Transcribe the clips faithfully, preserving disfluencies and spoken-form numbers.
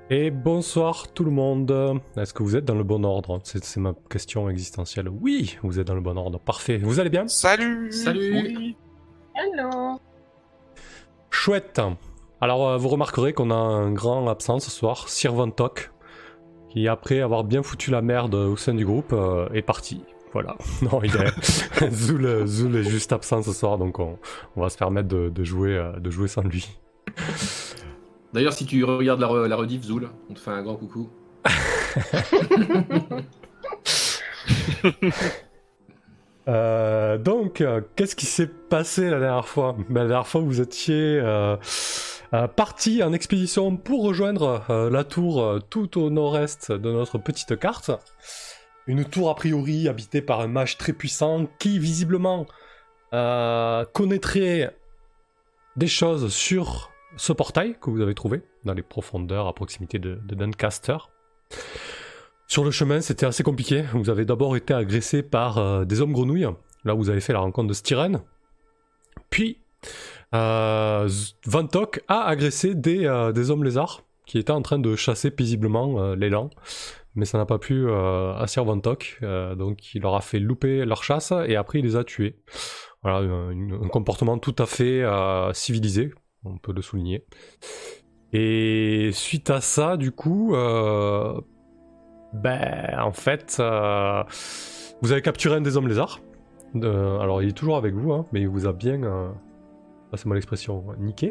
Et bonsoir tout le monde. Est-ce que vous êtes dans le bon ordre? c'est, c'est ma question existentielle. Oui, vous êtes dans le bon ordre. Parfait. Vous allez bien? Salut. Salut. Oui. Hello. Chouette. Alors, euh, vous remarquerez qu'on a un grand absent ce soir, Sir Von Tok, qui après avoir bien foutu la merde au sein du groupe, euh, est parti. Voilà. Non, il est... Zoul, Zoul est juste absent ce soir, donc on, on va se permettre de, de, jouer, euh, de jouer sans lui. D'ailleurs, si tu regardes la, re- la rediff, Zoul, on te fait un grand coucou. euh, donc, euh, qu'est-ce qui s'est passé la dernière fois? ben, La dernière fois, vous étiez euh, euh, parti en expédition pour rejoindre euh, la tour euh, tout au nord-est de notre petite carte. Une tour a priori habitée par un mage très puissant qui, visiblement, euh, connaîtrait des choses sur ce portail que vous avez trouvé dans les profondeurs à proximité de, de Doncaster. Sur le chemin, c'était assez compliqué. Vous avez d'abord été agressé par euh, des hommes grenouilles. Là, vous avez fait la rencontre de Styren. Puis, euh, Von Tok a agressé des, euh, des hommes lézards qui étaient en train de chasser paisiblement euh, l'élan. Mais ça n'a pas pu euh, à Sir Von Tok. Euh, donc, il leur a fait louper leur chasse et après, il les a tués. Voilà, un, un comportement tout à fait euh, civilisé, on peut le souligner. Et suite à ça, du coup, euh, ben, en fait, euh, vous avez capturé un des hommes lézards. Euh, alors, il est toujours avec vous, hein, mais il vous a bien, euh, passez-moi l'expression, niqué.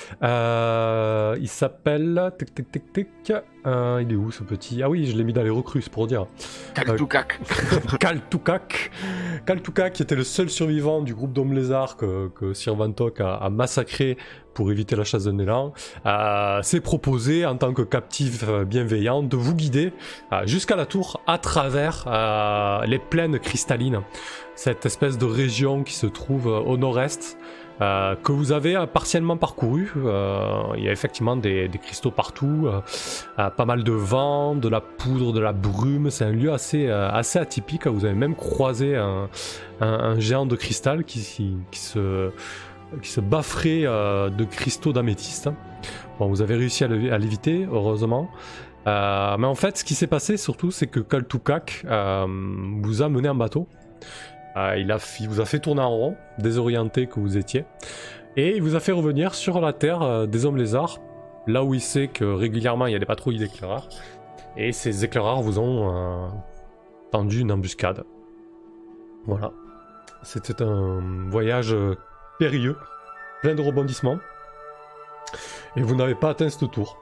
Euh, il s'appelle... Tic, tic, tic, tic. Euh, il est où ce petit? Ah oui, je l'ai mis dans les recrues, c'est pour dire. Kaltoukak. Kaltoukak. Kaltoukak, qui était le seul survivant du groupe d'hommes lézards que, que Sir Van Tok a, a massacré pour éviter la chasse d'un élan, euh, s'est proposé en tant que captif bienveillant de vous guider euh, jusqu'à la tour à travers euh, les plaines cristallines. Cette espèce de région qui se trouve au nord-est, Euh, que vous avez euh, partiellement parcouru. Euh, il y a effectivement des, des cristaux partout, euh, euh, pas mal de vent, de la poudre, de la brume. C'est un lieu assez, euh, assez atypique. Vous avez même croisé un, un, un géant de cristal qui, qui, qui se, qui se bafferait euh, de cristaux d'améthyste. Bon, vous avez réussi à, le, à l'éviter, heureusement. Euh, mais en fait, ce qui s'est passé surtout, c'est que Kaltoukak euh, vous a mené en bateau. Euh, il, a, il vous a fait tourner en rond, désorienté que vous étiez, et il vous a fait revenir sur la terre euh, des hommes lézards, là où il sait que régulièrement il y a des patrouilles d'éclaireurs, et ces éclaireurs vous ont euh, tendu une embuscade. Voilà. C'était un voyage périlleux, plein de rebondissements, et vous n'avez pas atteint ce tour.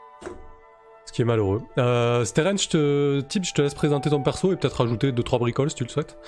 Ce qui est malheureux. Euh, Steren, je te, Tip, je te laisse présenter ton perso et peut-être rajouter deux trois bricoles si tu le souhaites.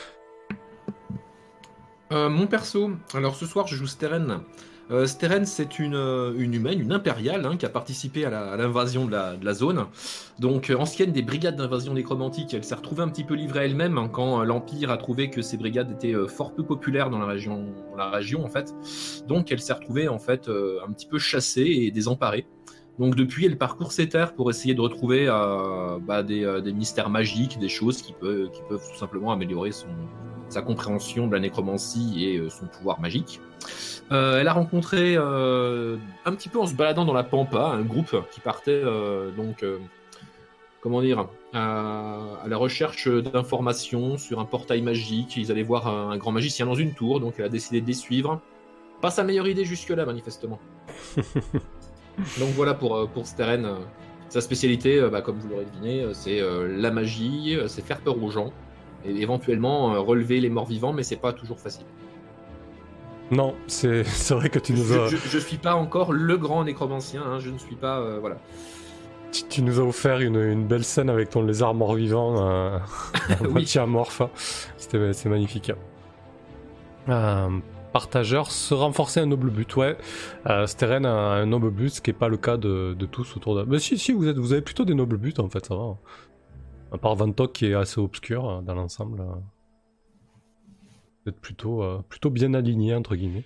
Euh, mon perso, alors ce soir je joue Steren. Euh, Steren, c'est une, euh, une humaine, une impériale, hein, qui a participé à, la, à l'invasion de la, de la zone. Donc, euh, ancienne des brigades d'invasion nécromantique, elle s'est retrouvée un petit peu livrée à elle-même, hein, quand euh, l'Empire a trouvé que ces brigades étaient euh, fort peu populaires dans la région, dans la région en fait. Donc, elle s'est retrouvée en fait euh, un petit peu chassée et désemparée. Donc, depuis, elle parcourt ces terres pour essayer de retrouver euh, bah, des, euh, des mystères magiques, des choses qui, peut, qui peuvent tout simplement améliorer son, sa compréhension de la nécromancie et euh, son pouvoir magique. Euh, elle a rencontré, euh, un petit peu en se baladant dans la pampa, un groupe qui partait euh, donc, euh, comment dire, à, à la recherche d'informations sur un portail magique. Ils allaient voir un, un grand magicien dans une tour, donc elle a décidé de les suivre. Pas sa meilleure idée jusque-là, manifestement. Donc voilà pour, pour Steren. Sa spécialité, bah, comme vous l'aurez deviné, c'est euh, la magie, c'est faire peur aux gens, et éventuellement euh, relever les morts vivants, mais c'est pas toujours facile. Non, c'est, c'est vrai que tu nous as... Je, je, je suis pas encore le grand nécromancien, hein, je ne suis pas... Euh, voilà. Tu, tu nous as offert une, une belle scène avec ton lézard mort-vivant, euh, Oui. moitié amorphe. C'était, c'est magnifique. Euh, partageur, se renforcer un noble but, ouais. Euh, Steren a un noble but, ce qui n'est pas le cas de, de tous autour de... Mais si, si, vous, êtes, vous avez plutôt des nobles buts, en fait, ça va. À part Van Tok qui est assez obscur euh, dans l'ensemble. Euh... Vous êtes plutôt, euh, plutôt bien aligné, entre guillemets.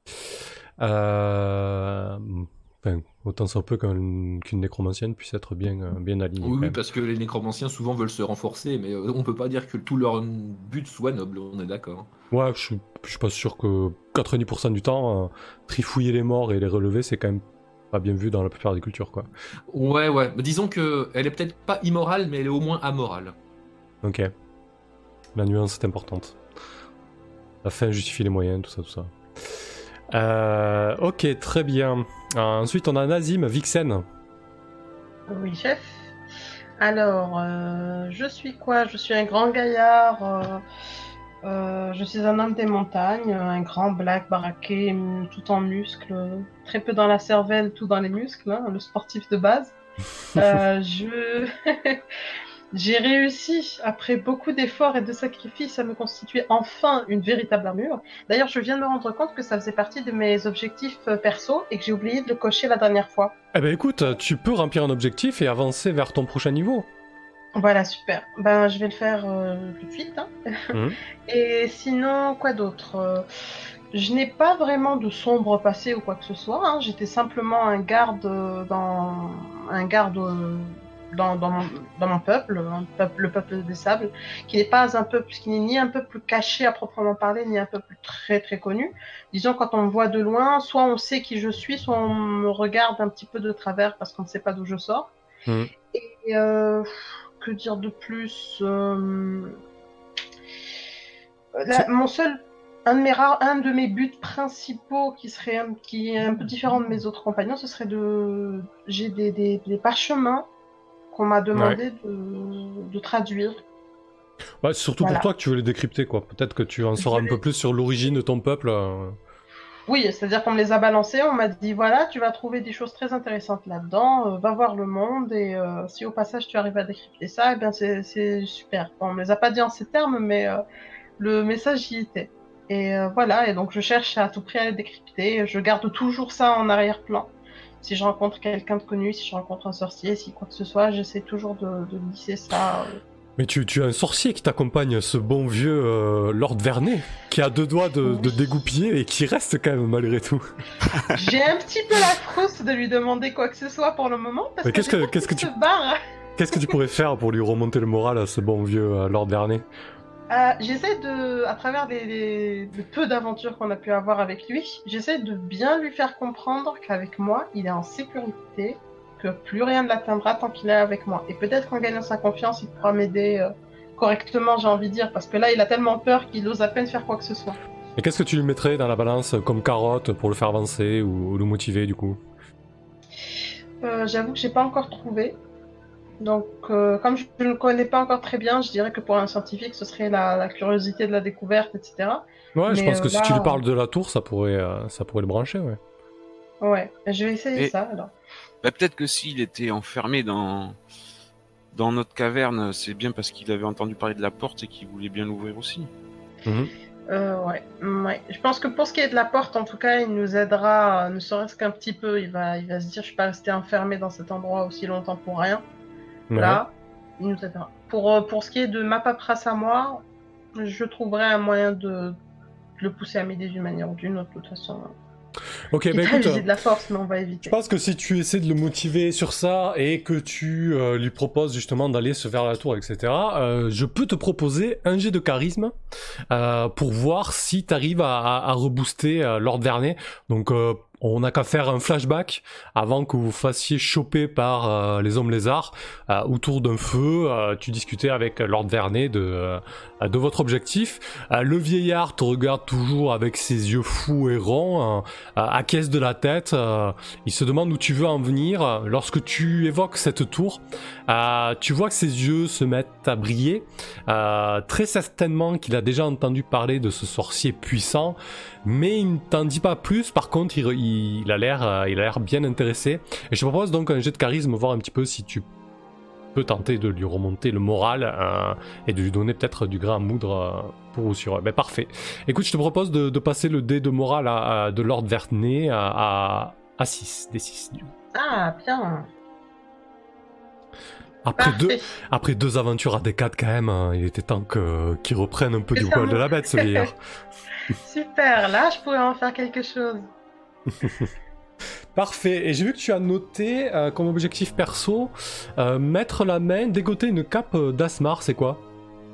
Euh... Enfin, autant ça peut qu'un, qu'une nécromancienne puisse être bien, euh, bien alignée. Oui, oui, parce que les nécromanciens souvent veulent se renforcer, mais euh, on peut pas dire que tout leur but soit noble, on est d'accord. Ouais, je suis, je suis pas sûr que quatre-vingt-dix pour cent du temps, euh, trifouiller les morts et les relever, c'est quand même pas bien vu dans la plupart des cultures, quoi. Ouais, ouais. Mais disons que elle est peut-être pas immorale, mais elle est au moins amorale. Ok. La nuance est importante. La fin justifie les moyens, tout ça, tout ça. Euh, ok, très bien. Euh, ensuite, on a Nazim, Vixen. Oui, chef. Alors, euh, je suis quoi? Je suis un grand gaillard. Euh, euh, je suis un homme des montagnes, un grand black baraqué, m- tout en muscles, très peu dans la cervelle, tout dans les muscles, hein, le sportif de base. Euh, je... J'ai réussi, après beaucoup d'efforts et de sacrifices, à me constituer enfin une véritable armure. D'ailleurs, je viens de me rendre compte que ça faisait partie de mes objectifs euh, perso et que j'ai oublié de le cocher la dernière fois. Eh ben écoute, tu peux remplir un objectif et avancer vers ton prochain niveau. Voilà, super. Ben, je vais le faire euh, tout de suite. Hein. Mhm. Et sinon, quoi d'autre? Euh, Je n'ai pas vraiment de sombre passé ou quoi que ce soit. Hein. J'étais simplement un garde euh, dans un garde euh, dans, dans, mon, dans mon peuple, un peuple, le peuple des sables, qui n'est pas un peuple, qui n'est ni un peuple caché à proprement parler, ni un peuple très très connu. Disons, quand on me voit de loin, soit on sait qui je suis, soit on me regarde un petit peu de travers parce qu'on ne sait pas d'où je sors. Mhm. Et euh, que dire de plus? euh... Là, mon seul, un de mes rares, un de mes buts principaux qui serait un, qui est un peu différent de mes autres compagnons, ce serait de, j'ai des, des, des parchemins qu'on m'a demandé de, de traduire. Ouais, c'est surtout Voilà. pour toi que tu veux les décrypter, quoi. Peut-être que tu en sauras Je un peu vais- plus sur l'origine de ton peuple. euh. Oui, c'est-à-dire qu'on me les a balancés, on m'a dit voilà, tu vas trouver des choses très intéressantes là-dedans, euh, va voir le monde et euh, si au passage tu arrives à décrypter ça, eh bien c'est, c'est super. Bon, on me les a pas dit en ces termes, mais euh, le message y était. Et euh, voilà, et donc je cherche à tout prix à les décrypter. Je garde toujours ça en arrière-plan. Si je rencontre quelqu'un de connu, si je rencontre un sorcier, si quoi que ce soit, j'essaie toujours de, de glisser ça. euh. Mais tu, tu as un sorcier qui t'accompagne, ce bon vieux euh, Lord Vernet, qui a deux doigts de, de Oui. dégoupiller et qui reste quand même malgré tout. J'ai un petit peu la frousse de lui demander quoi que ce soit pour le moment, parce Mais que, qu'est-ce j'ai que- peur qu'est-ce qu'il que tu- se barre. Qu'est-ce que tu pourrais faire pour lui remonter le moral à ce bon vieux euh, Lord Vernet? Euh, j'essaie de, à travers les, les- le peu d'aventures qu'on a pu avoir avec lui, j'essaie de bien lui faire comprendre qu'avec moi, il est en sécurité, que plus rien ne l'atteindra tant qu'il est avec moi. Et peut-être qu'en gagnant sa confiance, il pourra m'aider euh, correctement, j'ai envie de dire, parce que là, il a tellement peur qu'il ose à peine faire quoi que ce soit. Et qu'est-ce que tu lui mettrais dans la balance comme carotte pour le faire avancer ou, ou le motiver du coup? Euh, j'avoue que j'ai pas encore trouvé. Donc, euh, comme je ne le connais pas encore très bien, je dirais que pour un scientifique, ce serait la, la curiosité de la découverte, et cetera. Ouais, je Mais, pense que euh, si là, tu lui parles de la tour, ça pourrait, euh, ça pourrait le brancher, ouais. Ouais, je vais essayer Et- ça alors. Bah, peut-être que s'il était enfermé dans dans notre caverne, c'est bien parce qu'il avait entendu parler de la porte et qu'il voulait bien l'ouvrir aussi. Mhm. Euh, ouais, ouais. Je pense que pour ce qui est de la porte, en tout cas, il nous aidera, euh, ne serait-ce qu'un petit peu. Il va, il va se dire, je suis pas resté enfermé dans cet endroit aussi longtemps pour rien. Ouais. Là, il nous aidera. Pour, euh, pour ce qui est de ma paperasse à moi, je trouverai un moyen de, de le pousser à m'aider d'une manière ou d'une autre, de toute façon. Ok, Quitte bah à écoute, user de la force, mais on va éviter. je pense que si tu essaies de le motiver sur ça et que tu euh, lui proposes justement d'aller se vers la tour, et cetera, euh, je peux te proposer un jet de charisme euh, pour voir si tu arrives à, à, à rebooster euh, Lord Vernet. Donc euh, on n'a qu'à faire un flashback avant que vous fassiez choper par euh, les hommes lézards euh, autour d'un feu. Euh, tu discutais avec Lord Vernet de, euh, de votre objectif. Euh, le vieillard te regarde toujours avec ses yeux fous et ronds, euh, acquiesce de la tête. Euh, il se demande où tu veux en venir. Lorsque tu évoques cette tour, euh, tu vois que ses yeux se mettent à briller. Euh, très certainement qu'il a déjà entendu parler de ce sorcier puissant, mais il ne t'en dit pas plus. Par contre, il, il, il a l'air, euh, il a l'air bien intéressé. Et je te propose donc un jet de charisme, voir un petit peu si tu peux tenter de lui remonter le moral euh, et de lui donner peut-être du grain à moudre euh, pour ou sur eux. Ben parfait. Écoute, je te propose de, de passer le dé de morale à, à- de Lord Vernet à, à, à six, des six. Ah, bien. Après deux, Parfait. après deux aventures à D quatre quand même, hein, il était temps que, qu'il reprenne un peu Que du ça poil de monte. la bête ce vieillard. Super, là, je pourrais en faire quelque chose. Parfait, et j'ai vu que tu as noté euh, comme objectif perso, euh, mettre la main, dégoter une cape euh, d'Asmar, c'est quoi?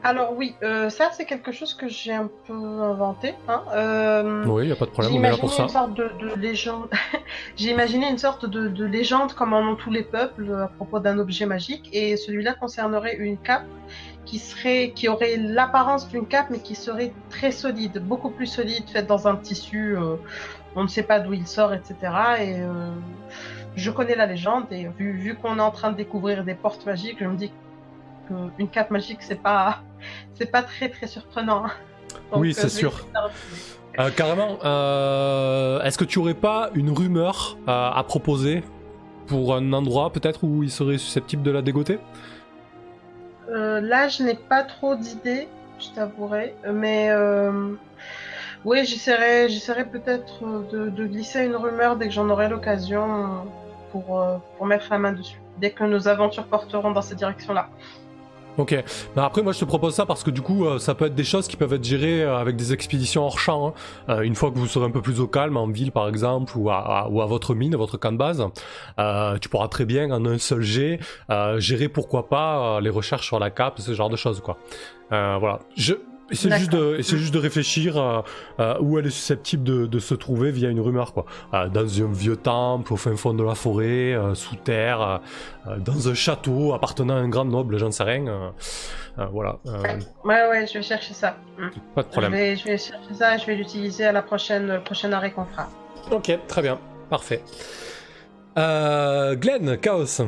Alors oui, euh, ça c'est quelque chose que j'ai un peu inventé. Hein. Euh, Oui, y a pas de problème, j'ai on est là imaginé pour ça. une sorte de, de légende. J'ai imaginé une sorte de, de légende comme en ont tous les peuples à propos d'un objet magique, et celui-là concernerait une cape qui serait, qui aurait l'apparence d'une cape, mais qui serait très solide, beaucoup plus solide, faite dans un tissu. Euh, on ne sait pas d'où il sort, et cetera. Et euh, je connais la légende, et vu, vu qu'on est en train de découvrir des portes magiques, je me dis qu'une cape magique, c'est pas, c'est pas très très surprenant. Donc, oui, c'est euh, je vais sûr. essayer de la retrouver. Euh, carrément, euh, est-ce que tu aurais pas une rumeur euh, à proposer pour un endroit peut-être où il serait susceptible de la dégoter? Euh, là, je n'ai pas trop d'idées, je t'avouerai, mais euh, oui, j'essaierai, j'essaierai peut-être de, de glisser une rumeur dès que j'en aurai l'occasion pour, euh, pour mettre la main dessus, dès que nos aventures porteront dans cette direction-là. Ok, bah après moi je te propose ça parce que du coup euh, ça peut être des choses qui peuvent être gérées euh, avec des expéditions hors champ, hein. Euh, une fois que vous serez un peu plus au calme, en ville par exemple, ou à, à- ou à votre mine, à votre camp de base, euh, tu pourras très bien en un seul jet euh, gérer pourquoi pas euh, les recherches sur la cape, ce genre de choses quoi. Euh, voilà, je... C'est juste, de, c'est juste de réfléchir euh, euh, où elle est susceptible de, de se trouver via une rumeur quoi. Euh, dans un vieux temple, au fin fond de la forêt, euh, sous terre, euh, dans un château appartenant à un grand noble, j'en sais rien. Euh, euh, voilà, euh, Ouais, ouais, je vais chercher ça. Mm. pas de Je problème. vais, je vais chercher ça et je vais l'utiliser à la prochaine, le prochain arrêt qu'on fera. Ok, très bien, parfait. Euh, Glenn, Chaos.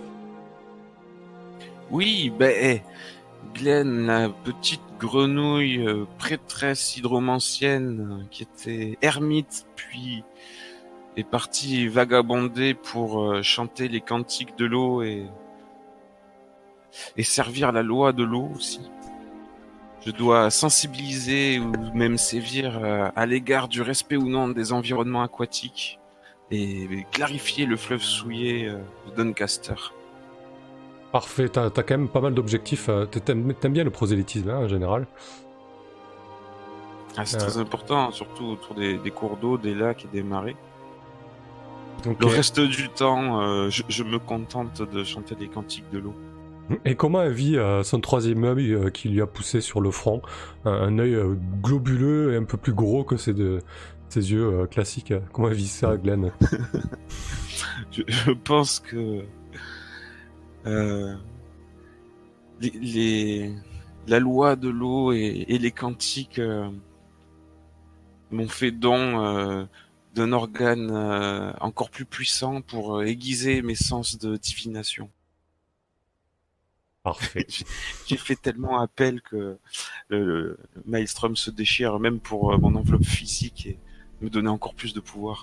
Oui, ben, eh, Glenn, la petite grenouille euh, prêtresse hydromancienne euh, qui était ermite, puis est partie vagabonder pour euh, chanter les cantiques de l'eau et et servir la loi de l'eau aussi. Je dois sensibiliser ou même sévir euh, à l'égard du respect ou non des environnements aquatiques et clarifier le fleuve souillé euh, de Doncaster. Parfait, t'as, t'as quand même pas mal d'objectifs. euh, T'aimes, t'aimes bien le prosélytisme hein, en général. Ah, c'est Euh. très important, surtout autour des, des cours d'eau, des lacs et des marais. Ok. Le reste du temps, euh, je, je me contente de chanter des cantiques de l'eau. Et comment elle vit euh, son troisième œil euh, qui lui a poussé sur le front, un, un œil euh, globuleux et un peu plus gros que ses, de, ses yeux euh, classiques. Comment elle vit ça, Glenn? Je, je pense que euh, les, les, la loi de l'eau et, et les cantiques euh, m'ont fait don euh, d'un organe euh, encore plus puissant pour euh, aiguiser mes sens de divination. Parfait. J'ai, j'ai fait tellement appel que le, le Maelstrom se déchire même pour euh, mon enveloppe physique et me donner encore plus de pouvoir.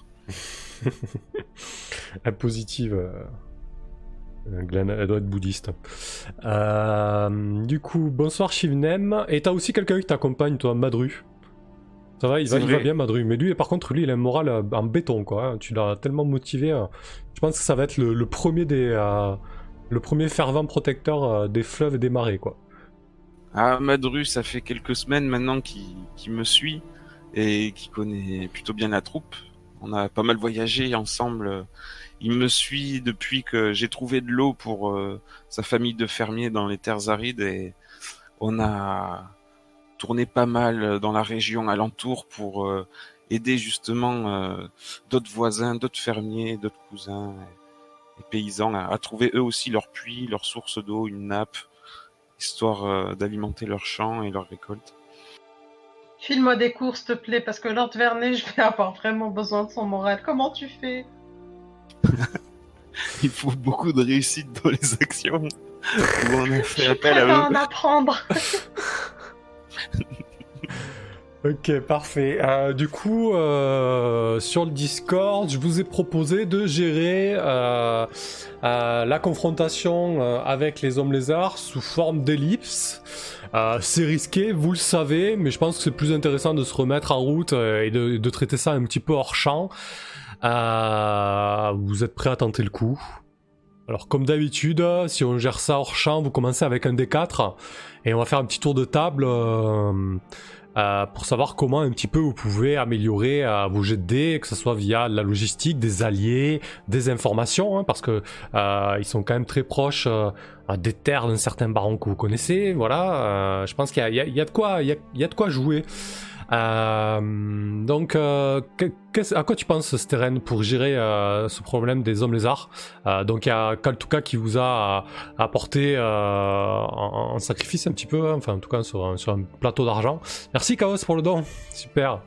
Elle positive. Euh... Glenn, elle doit être bouddhiste. Euh, du coup, bonsoir Shivnem. Et t'as aussi quelqu'un qui t'accompagne, toi, Madru. Ça va, il va, il va bien Madru. Mais lui, par contre, lui, il a un moral euh, en béton, quoi. Hein. Tu l'as tellement motivé. Euh, je pense que ça va être le, le premier des, euh, le premier fervent protecteur euh, des fleuves et des marais, quoi. Ah, Madru, ça fait quelques semaines maintenant qu'il, qu'il me suit et qu'il connaît plutôt bien la troupe. On a pas mal voyagé ensemble. Il me suit depuis que j'ai trouvé de l'eau pour euh, sa famille de fermiers dans les terres arides et on a tourné pas mal dans la région alentour pour euh, aider justement euh, d'autres voisins, d'autres fermiers, d'autres cousins et, et paysans à, à trouver eux aussi leur puits, leur source d'eau, une nappe, histoire euh, d'alimenter leurs champs et leurs récoltes. File-moi des cours, s'il te plaît, parce que Lord Vernet, je vais avoir vraiment besoin de son moral. Comment tu fais? Il faut beaucoup de réussite dans les actions où on a fait Je appel vais à en eux. apprendre. Ok, parfait. Euh, du coup, euh, sur le Discord, je vous ai proposé de gérer euh, euh, la confrontation euh, avec les hommes lézards sous forme d'ellipse. Euh, c'est risqué, vous le savez, mais je pense que c'est plus intéressant de se remettre en route euh, et de, de traiter ça un petit peu hors champ. Euh, vous êtes prêts à tenter le coup? Alors comme d'habitude, si on gère ça hors champ, vous commencez avec un D quatre et on va faire un petit tour de table. Euh, euh, pour savoir comment un petit peu vous pouvez améliorer euh, vos jets de dés, que ce soit via la logistique, des alliés, des informations, hein, parce que euh, ils sont quand même très proches euh, des terres d'un certain baron que vous connaissez. Voilà, euh, je pense qu'il y a, il y a, il y a de quoi, il y a, il y a de quoi jouer. Euh, donc, euh, à quoi tu penses, Steren, pour gérer euh, ce problème des hommes lézards? euh, Donc, il y a Kaltuka qui vous a apporté euh, en, en sacrifice un petit peu, hein, enfin, en tout cas, sur un, sur un plateau d'argent. Merci, Chaos, pour le don. Super.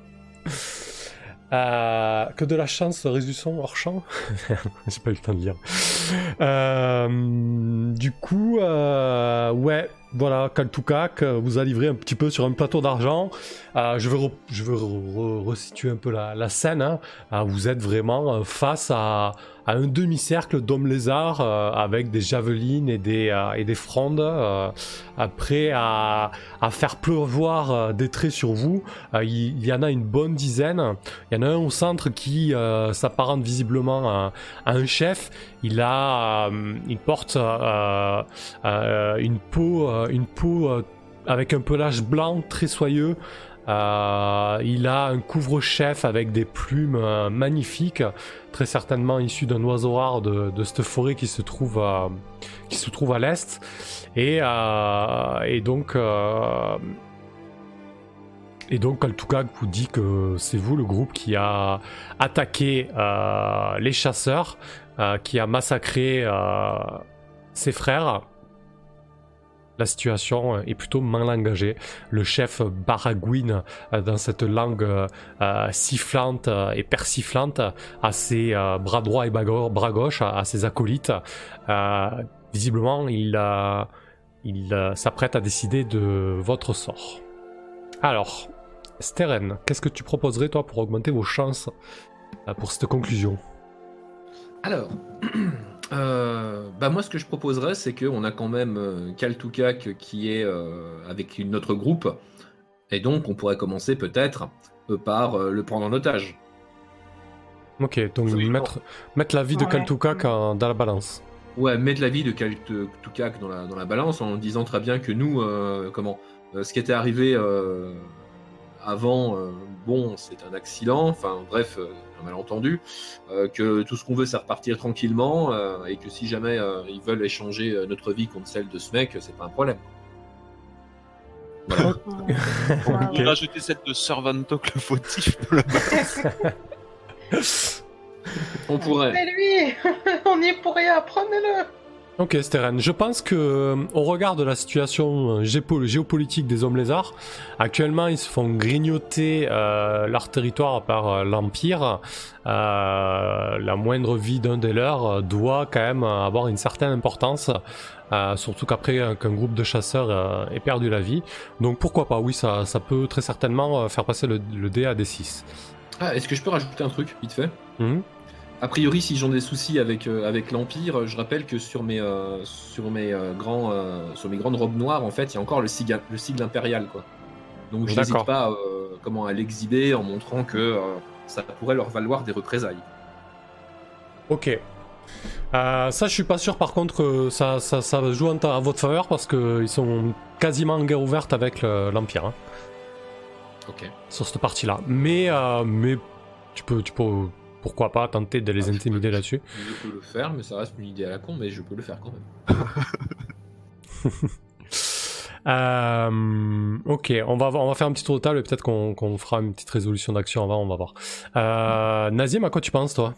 Euh, que de la chance, Résusson hors champ. J'ai pas eu le temps de lire. Euh, du coup, euh, ouais. Voilà, Kaltukak vous a livré un petit peu sur un plateau d'argent. Euh, je vais, re, je vais re, re, resituer un peu la, la scène. Hein. Euh, vous êtes vraiment face à, à un demi-cercle d'hommes lézards euh, avec des javelines et des, euh, et des frondes, euh, prêts à, à faire pleuvoir euh, des traits sur vous. Euh, il, il y en a une bonne dizaine. Il y en a un au centre qui euh, s'apparente visiblement à, à un chef. Il a, euh, il porte euh, euh, une peau, euh, une peau euh, avec un pelage blanc très soyeux. Euh, il a un couvre-chef avec des plumes euh, magnifiques, très certainement issu d'un oiseau rare de, de cette forêt qui se trouve, euh, qui se trouve à l'est. Et, euh, et donc, euh, et donc Kaltukak vous dit que c'est vous le groupe qui a attaqué euh, les chasseurs. Euh, qui a massacré euh, ses frères. La situation est plutôt mal engagée. Le chef baragouine euh, dans cette langue euh, sifflante euh, et persiflante à ses euh, bras droit et bras gauche, à, à ses acolytes. Euh, visiblement, il, euh, il euh, s'apprête à décider de votre sort. Alors, Steren, qu'est-ce que tu proposerais toi pour augmenter vos chances euh, pour cette conclusion ? Alors, euh, bah moi ce que je proposerais, c'est qu'on a quand même euh, Kaltukak qui est euh, avec notre groupe, et donc on pourrait commencer peut-être euh, par euh, le prendre en otage. Ok, donc oui, mettre, mettre la vie de ouais. Kaltukak dans la balance. Ouais, mettre la vie de Kaltukak dans la, dans la balance en disant très bien que nous, euh, comment, euh, ce qui était arrivé euh, avant, euh, bon, c'est un accident, enfin bref, euh, un malentendu, euh, que tout ce qu'on veut c'est repartir tranquillement, euh, et que si jamais euh, ils veulent échanger euh, notre vie contre celle de ce mec, c'est pas un problème. Voilà. On peut okay. rajouter celle de Servantok le fautif pour la balance. On pourrait. C'est lui. On n'y est pour rien, prenez-le. Ok Steren, je pense que au regard de la situation géopolitique des hommes lézards, actuellement ils se font grignoter euh, leur territoire par euh, l'Empire. Euh, la moindre vie d'un des leurs doit quand même avoir une certaine importance, euh, surtout qu'après qu'un groupe de chasseurs euh, ait perdu la vie. Donc pourquoi pas, oui, ça, ça peut très certainement faire passer le, le dé à D six. Ah, est-ce que je peux rajouter un truc, vite fait ? mmh. A priori, si j'en ai des soucis avec, euh, avec l'Empire, je rappelle que sur mes, euh, sur, mes, euh, grands, euh, sur mes grandes robes noires, en fait, il y a encore le sigle, le sigle impérial, quoi. Donc je n'hésite pas euh, comment, à l'exhiber en montrant que euh, ça pourrait leur valoir des représailles. Ok. Euh, ça, je suis pas sûr, par contre, que ça, ça, ça joue en ta, à votre faveur, parce qu'ils sont quasiment en guerre ouverte avec le, l'Empire. Hein, ok. Sur cette partie-là. Mais, euh, mais tu peux... Tu peux pourquoi pas tenter de les ah, intimider peux, là-dessus. Je peux le faire, mais ça reste une idée à la con, mais je peux le faire quand même. euh, ok, on va, on va faire un petit tour de table et peut-être qu'on, qu'on fera une petite résolution d'action avant, on va voir. Euh, Nazim, à quoi tu penses, toi ?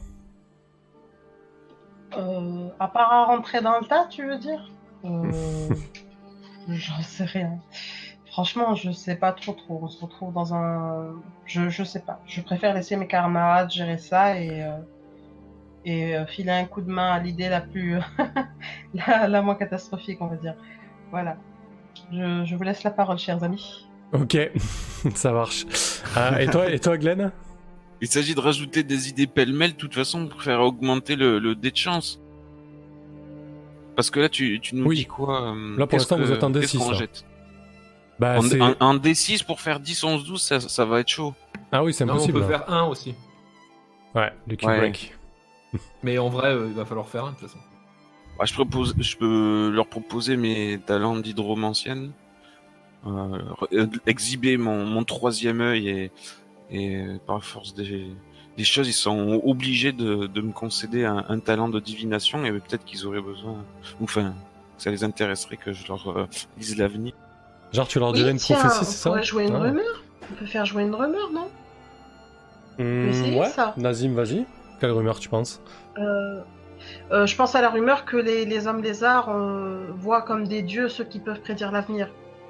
euh, À part à rentrer dans le tas, tu veux dire ? euh, J'en sais rien. Franchement, je sais pas trop trop. On se retrouve dans un... Je, je sais pas. Je préfère laisser mes camarades gérer ça et, euh, et euh, filer un coup de main à l'idée la plus... la, la moins catastrophique, on va dire. Voilà. Je, je vous laisse la parole, chers amis. Ok, ça marche. Euh, et toi, et toi, Glenn ? Il s'agit de rajouter des idées pêle-mêle, de toute façon, pour faire augmenter le, le dé de chance. Parce que là, tu, tu nous oui. dis quoi euh, Là, pour l'instant, que, vous êtes en D six. Bah, un, un, un D six pour faire dix, onze, douze, ça, ça va être chaud. Ah oui, c'est impossible. Non, on peut faire un aussi. Ouais, le cube ouais. break. Mais en vrai, euh, il va falloir faire un de toute façon. Bah, je, propose, je peux leur proposer mes talents d'hydromancienne. euh, exhiber mon, mon troisième œil et, et par force des, des choses, ils sont obligés de, de me concéder un, un talent de divination et peut-être qu'ils auraient besoin, ou enfin, ça les intéresserait que je leur euh, lise l'avenir. Genre, tu leur Oui, dirais une tiens, prophétie, on c'est ça? pourrait jouer une Ah. rumeur. On peut faire jouer une rumeur, non? Hmm, essayer ouais, ça. Nazim, vas-y. Quelle rumeur tu penses? Euh, euh, je pense à la rumeur que les, les hommes lézards euh, voient comme des dieux ceux qui peuvent prédire l'avenir.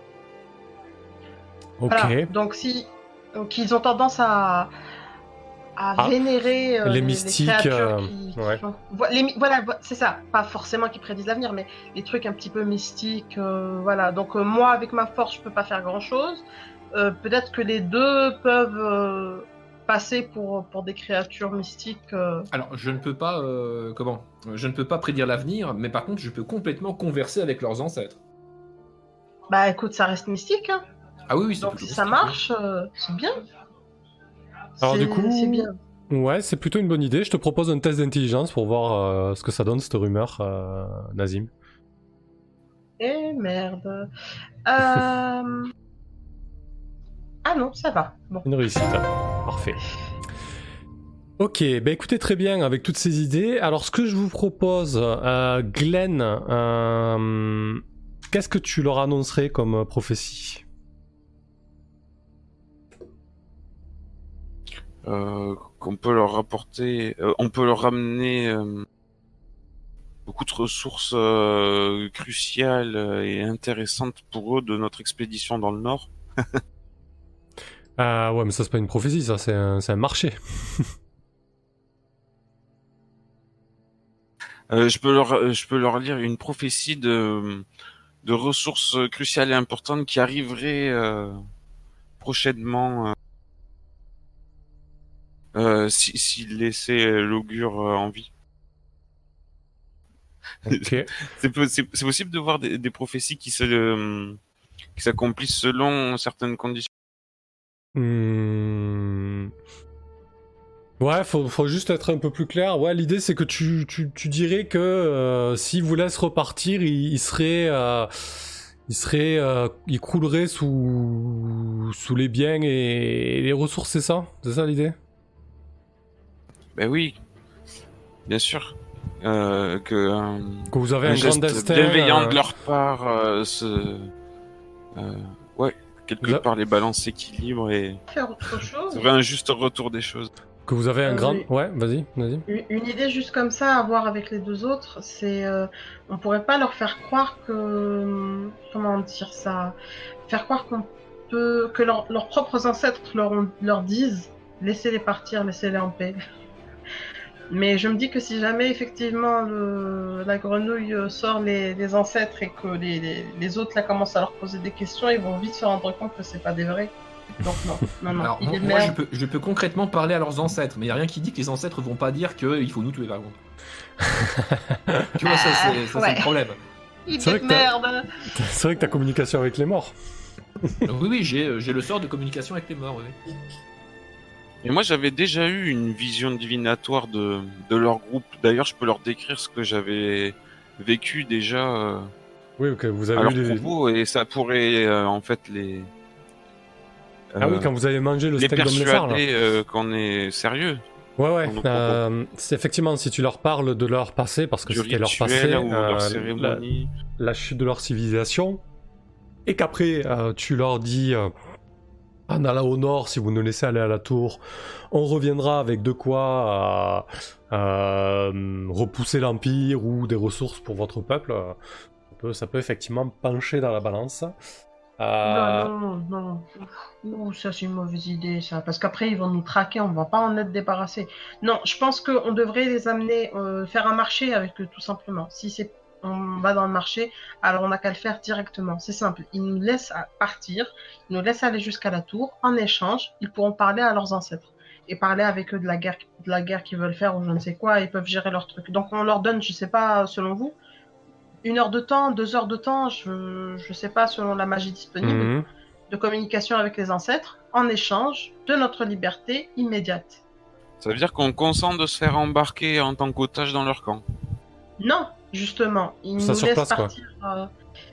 Ok. Voilà. Donc si donc ils ont tendance à à Ah, vénérer euh, les les, mystiques, les créatures euh, qui, qui ouais. font- vo- les mi- voilà, vo- c'est ça, pas forcément qui prédisent l'avenir, mais les trucs un petit peu mystiques, euh, voilà. Donc euh, moi, avec ma force, je peux pas faire grand chose. Peut-être que les deux peuvent euh, passer pour pour des créatures mystiques. euh. Alors, je ne peux pas, euh, comment Je ne peux pas prédire l'avenir, mais par contre, je peux complètement converser avec leurs ancêtres. Bah écoute, ça reste mystique, hein. Ah oui, oui, c'est Donc toujours si ça mystique, marche, euh, c'est bien. Alors C'est- du coup, c'est bien. ouais, c'est plutôt une bonne idée. Je te propose un test d'intelligence pour voir euh, ce que ça donne, cette rumeur, euh, Nazim. Eh merde. Euh... Ah non, ça va. Bon. Une réussite. Parfait. Ok, bah écoutez, très bien, avec toutes ces idées. Alors, ce que je vous propose, euh, Glenn, euh, qu'est-ce que tu leur annoncerais comme prophétie? Euh, qu'on peut leur rapporter, euh, on peut leur ramener euh, beaucoup de ressources euh, cruciales et intéressantes pour eux de notre expédition dans le Nord. Ah ouais, mais ça c'est pas une prophétie, ça c'est un, c'est un marché. Euh, je peux leur, je peux leur lire une prophétie de, de ressources cruciales et importantes qui arriveraient euh, prochainement euh, euh, si, s'ils laissaient l'augure euh, en vie. Ok. C'est, po- c'est, c'est possible de voir des, des prophéties qui, se, euh, qui s'accomplissent selon certaines conditions. Hmm. Ouais, faut, faut juste être un peu plus clair. Ouais, l'idée c'est que tu, tu, tu dirais que euh, s'ils vous laissent repartir, ils, ils seraient, euh, ils seraient, euh, ils crouleraient sous, sous les biens et, et les ressources, c'est ça? C'est ça l'idée? Ben oui, bien sûr. Euh, que euh, Que vous avez un, un grand geste destin. bienveillant euh, de leur part euh, se, euh, ouais, quelque Vous a- part les balances s'équilibrent et Faire autre chose. c'est vrai un juste retour des choses. Que vous avez un Euh, grand. oui. Ouais, vas-y, vas-y. Une une idée juste comme ça à voir avec les deux autres, c'est euh, on pourrait pas leur faire croire que comment dire ça, faire croire qu'on peut que leur- leurs propres ancêtres leur ont- leur disent laissez-les partir, laissez-les en paix. Mais je me dis que si jamais effectivement le- la grenouille euh, sort les, les ancêtres et que les, les, les autres là commencent à leur poser des questions, ils vont vite se rendre compte que c'est pas des vrais. Donc non, non, non. Alors, il moi, est moi, je, merde. peux, je peux concrètement parler à leurs ancêtres, mais il n'y a rien qui dit que les ancêtres vont pas dire qu'il faut nous tuer, par contre. Tu vois, ça, c'est, ça, Ouais. c'est le problème. Il C'est vrai est que t'as- merde. C'est vrai que ta communication avec les morts. Oui, oui, j'ai, j'ai le sort de communication avec les morts, oui. oui. Et moi j'avais déjà eu une vision divinatoire de, de leur groupe. D'ailleurs je peux leur décrire ce que j'avais vécu déjà euh, Oui, ok, vous à avez leur eu des. propos et ça pourrait euh, en fait les Ah oui, euh, quand vous avez mangé le les steak d'homme lézard là. persuader euh, qu'on est sérieux. Ouais, ouais. dans nos propos. euh, c'est effectivement, si tu leur parles de leur passé, parce que Du c'était leur rituel passé, ou euh, leur la, cérémonie. la chute de leur civilisation, et qu'après euh, tu leur dis euh, en allant au nord, si vous nous laissez aller à la tour, on reviendra avec de quoi euh, euh, repousser l'Empire ou des ressources pour votre peuple, euh, ça peut, ça peut effectivement pencher dans la balance. Euh, Non, non, non. Ouh, ça c'est une mauvaise idée, ça. Parce qu'après, ils vont nous traquer, on va pas en être débarrassé. Non, je pense qu'on devrait les amener, euh, faire un marché avec eux, tout simplement. Si c'est, on va dans le marché, alors on n'a qu'à le faire directement. C'est simple. Ils nous laissent à- partir, ils nous laissent aller jusqu'à la tour. En échange, ils pourront parler à leurs ancêtres et parler avec eux de la guerre, de la guerre qu'ils veulent faire ou je ne sais quoi. Ils peuvent gérer leurs trucs. Donc on leur donne, je sais pas, selon vous, une heure de temps, deux heures de temps, je je sais pas selon la magie disponible, mhm. de communication avec les ancêtres, en échange de notre liberté immédiate. Ça veut dire qu'on consent de se faire embarquer en tant qu'otage dans leur camp. Non, justement, ils Ça nous sur laissent place, quoi. partir. euh,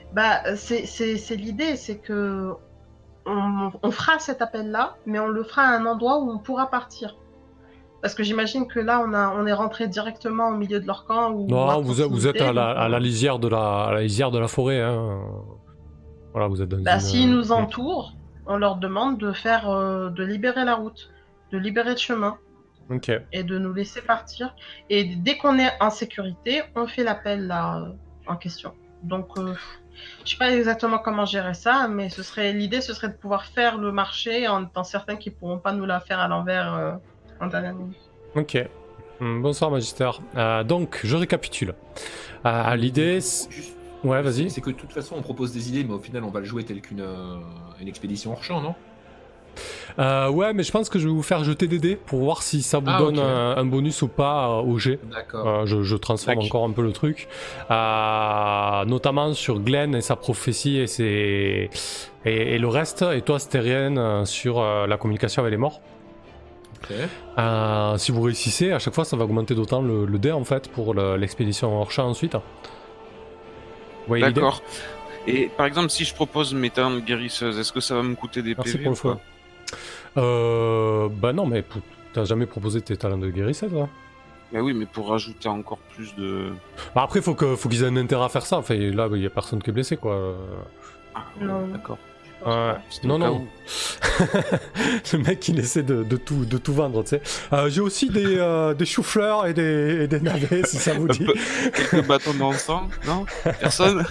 Bah, c'est, c'est, c'est l'idée, c'est que on, on fera cet appel-là, mais on le fera à un endroit où on pourra partir. Parce que j'imagine que là, on, a, on est rentré directement au milieu de leur camp. Ou Non, à vous êtes, vous êtes à, la, à la proximité, lisière de la, à la lisière de la forêt. Hein. Voilà, vous êtes dans bah, une... s'ils nous entourent, on leur demande de faire, euh, de libérer la route, de libérer le chemin Ok. et de nous laisser partir. Et dès qu'on est en sécurité, on fait l'appel là euh, en question. Donc, euh, je sais pas exactement comment gérer ça, mais ce serait l'idée, ce serait de pouvoir faire le marché en étant certain qu'ils pourront pas nous la faire à l'envers euh, en dernière minute. Ok. Hum, Bonsoir, Magister. Euh, donc, je récapitule. Euh, L'idée... c'est- Juste- Ouais, vas-y. C'est que de toute façon, on propose des idées, mais au final, on va le jouer tel qu'une euh, une expédition hors champ, non? Euh, ouais, mais je pense que je vais vous faire jeter des dés pour voir si ça vous Ah, donne ok. un, un bonus ou pas euh, au jet. D'accord. Euh, je, je transforme Tac. encore un peu le truc, euh, notamment sur Glenn et sa prophétie et, ses... et, et le reste, et toi Stérienne euh, sur euh, la communication avec les morts. Ok. Euh, si vous réussissez, à chaque fois ça va augmenter d'autant le, le dé en fait pour le- l'expédition hors champ ensuite. Vous voyez l'idée ? D'accord. Et par exemple, si je propose mes talents de guérisseuse, est-ce que ça va me coûter des Merci P V pour le ou pas choix. Euh, bah non, mais pour- t'as jamais proposé tes talents de guérisseur, toi ? Bah oui, mais pour rajouter encore plus de... Bah après, faut que faut qu'ils aient un intérêt à faire ça. Enfin, là, il y a personne qui est blessé, quoi. Ah, Non. D'accord. Ouais. C'était Non, au cas non. où. Le mec, il essaie de, de tout de tout vendre, tu sais. Euh, J'ai aussi des euh, des choux-fleurs et des et des navets, si ça vous Un dit. peu- Quelques bâtons d'encens, non? Personne?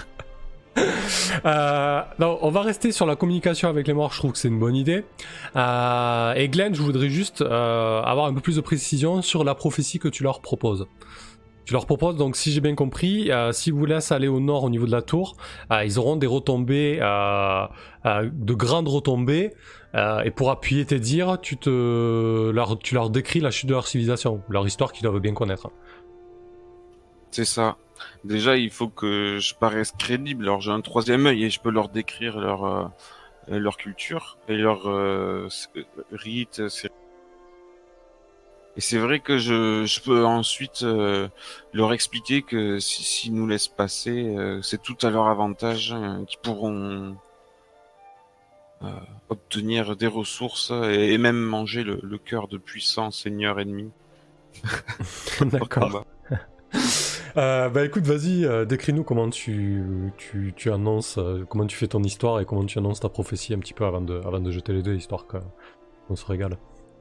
Euh, non, on va rester sur la communication avec les morts, je trouve que c'est une bonne idée. Euh, et Glenn, je voudrais juste euh, avoir un peu plus de précision sur la prophétie que tu leur proposes. Tu leur proposes, donc si j'ai bien compris, euh, s'ils vous laissent aller au nord au niveau de la tour, euh, ils auront des retombées, euh, euh, de grandes retombées, euh, et pour appuyer tes dires, tu, te, leur, tu leur décris la chute de leur civilisation, leur histoire qu'ils doivent bien connaître. C'est ça. Déjà, il faut que je paraisse crédible. Alors, j'ai un troisième œil et je peux leur décrire leur euh, leur culture et leur euh, rites. c'est- Et c'est vrai que je je peux ensuite euh, leur expliquer que si s'ils nous laissent passer, euh, c'est tout à leur avantage, euh, qu'ils pourront euh, obtenir des ressources et, et même manger le, le cœur de puissants seigneurs ennemis. D'accord. Euh, bah écoute, vas-y, euh, décris-nous comment tu, tu, tu annonces, euh, comment tu fais ton histoire et comment tu annonces ta prophétie un petit peu avant de, avant de jeter les deux, histoire que- qu'on se régale.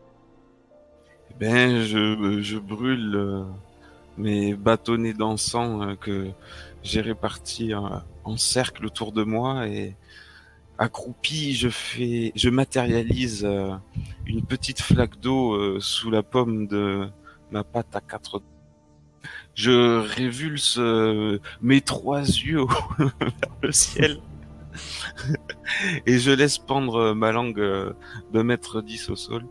Ben, je, je brûle euh, mes bâtonnets d'encens euh, que j'ai répartis euh, en cercle autour de moi et accroupi, je fais, je matérialise euh, une petite flaque d'eau euh, sous la paume de ma patte à quatre. Je révulse euh, mes trois yeux vers le ciel et je laisse pendre ma langue euh, d'un mètre dix au sol.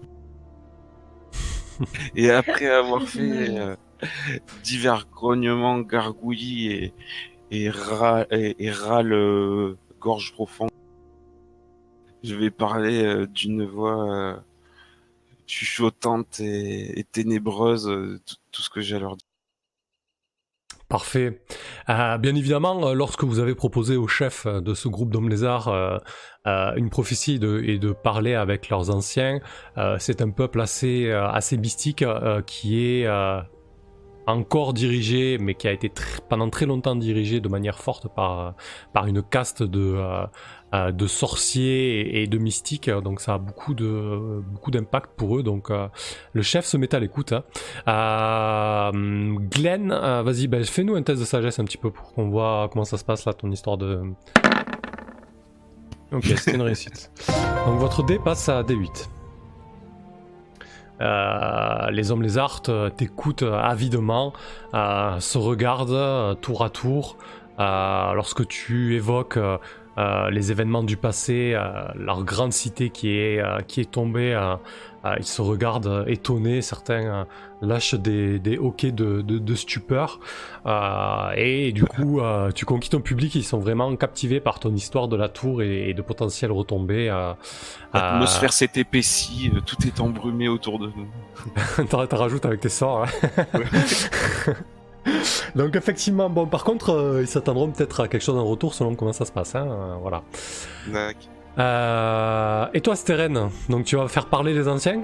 Et après avoir fait euh, divers grognements, gargouillis et, et, ra- et, et râles euh, gorge profonde, je vais parler euh, d'une voix euh, chuchotante et, et ténébreuse, euh, tout, tout ce que j'ai à leur dire. Parfait. Euh, bien évidemment, euh, lorsque vous avez proposé au chef euh, de ce groupe d'hommes lézards euh, euh, une prophétie de, et de parler avec leurs anciens, euh, c'est un peuple assez, euh, assez mystique euh, qui est euh, encore dirigé, mais qui a été tr- pendant très longtemps dirigé de manière forte par, par une caste de, euh, euh, de sorciers et, et de mystiques. Donc ça a beaucoup de beaucoup d'impact pour eux. Donc euh, le chef se met à l'écoute. Hein. Euh, Glenn, euh, vas-y, ben, fais-nous un test de sagesse un petit peu pour qu'on voit comment ça se passe là, ton histoire de... Ok, c'est une réussite. Donc votre dé passe à D huit. Euh, les hommes lézards euh, t'écoutent euh, avidement, euh, se regardent euh, tour à tour. Euh, lorsque tu évoques euh, euh, les événements du passé, euh, leur grande cité qui est, euh, qui est tombée, euh, euh, ils se regardent euh, étonnés, certains euh, lâchent des, des hoquets de, de, de stupeur. Euh, et du coup, euh, tu conquis ton public, ils sont vraiment captivés par ton histoire de la tour et, et de potentielles retombées. Euh, L'atmosphère s'est épaissie, euh, tout est embrumé autour de nous. T'en t'en rajoutes avec tes sorts. Hein. Donc effectivement, bon, par contre, euh, ils s'attendront peut-être à quelque chose en retour selon comment ça se passe, hein, euh, voilà. D'accord. Euh, et toi, Steren, donc tu vas faire parler les anciens?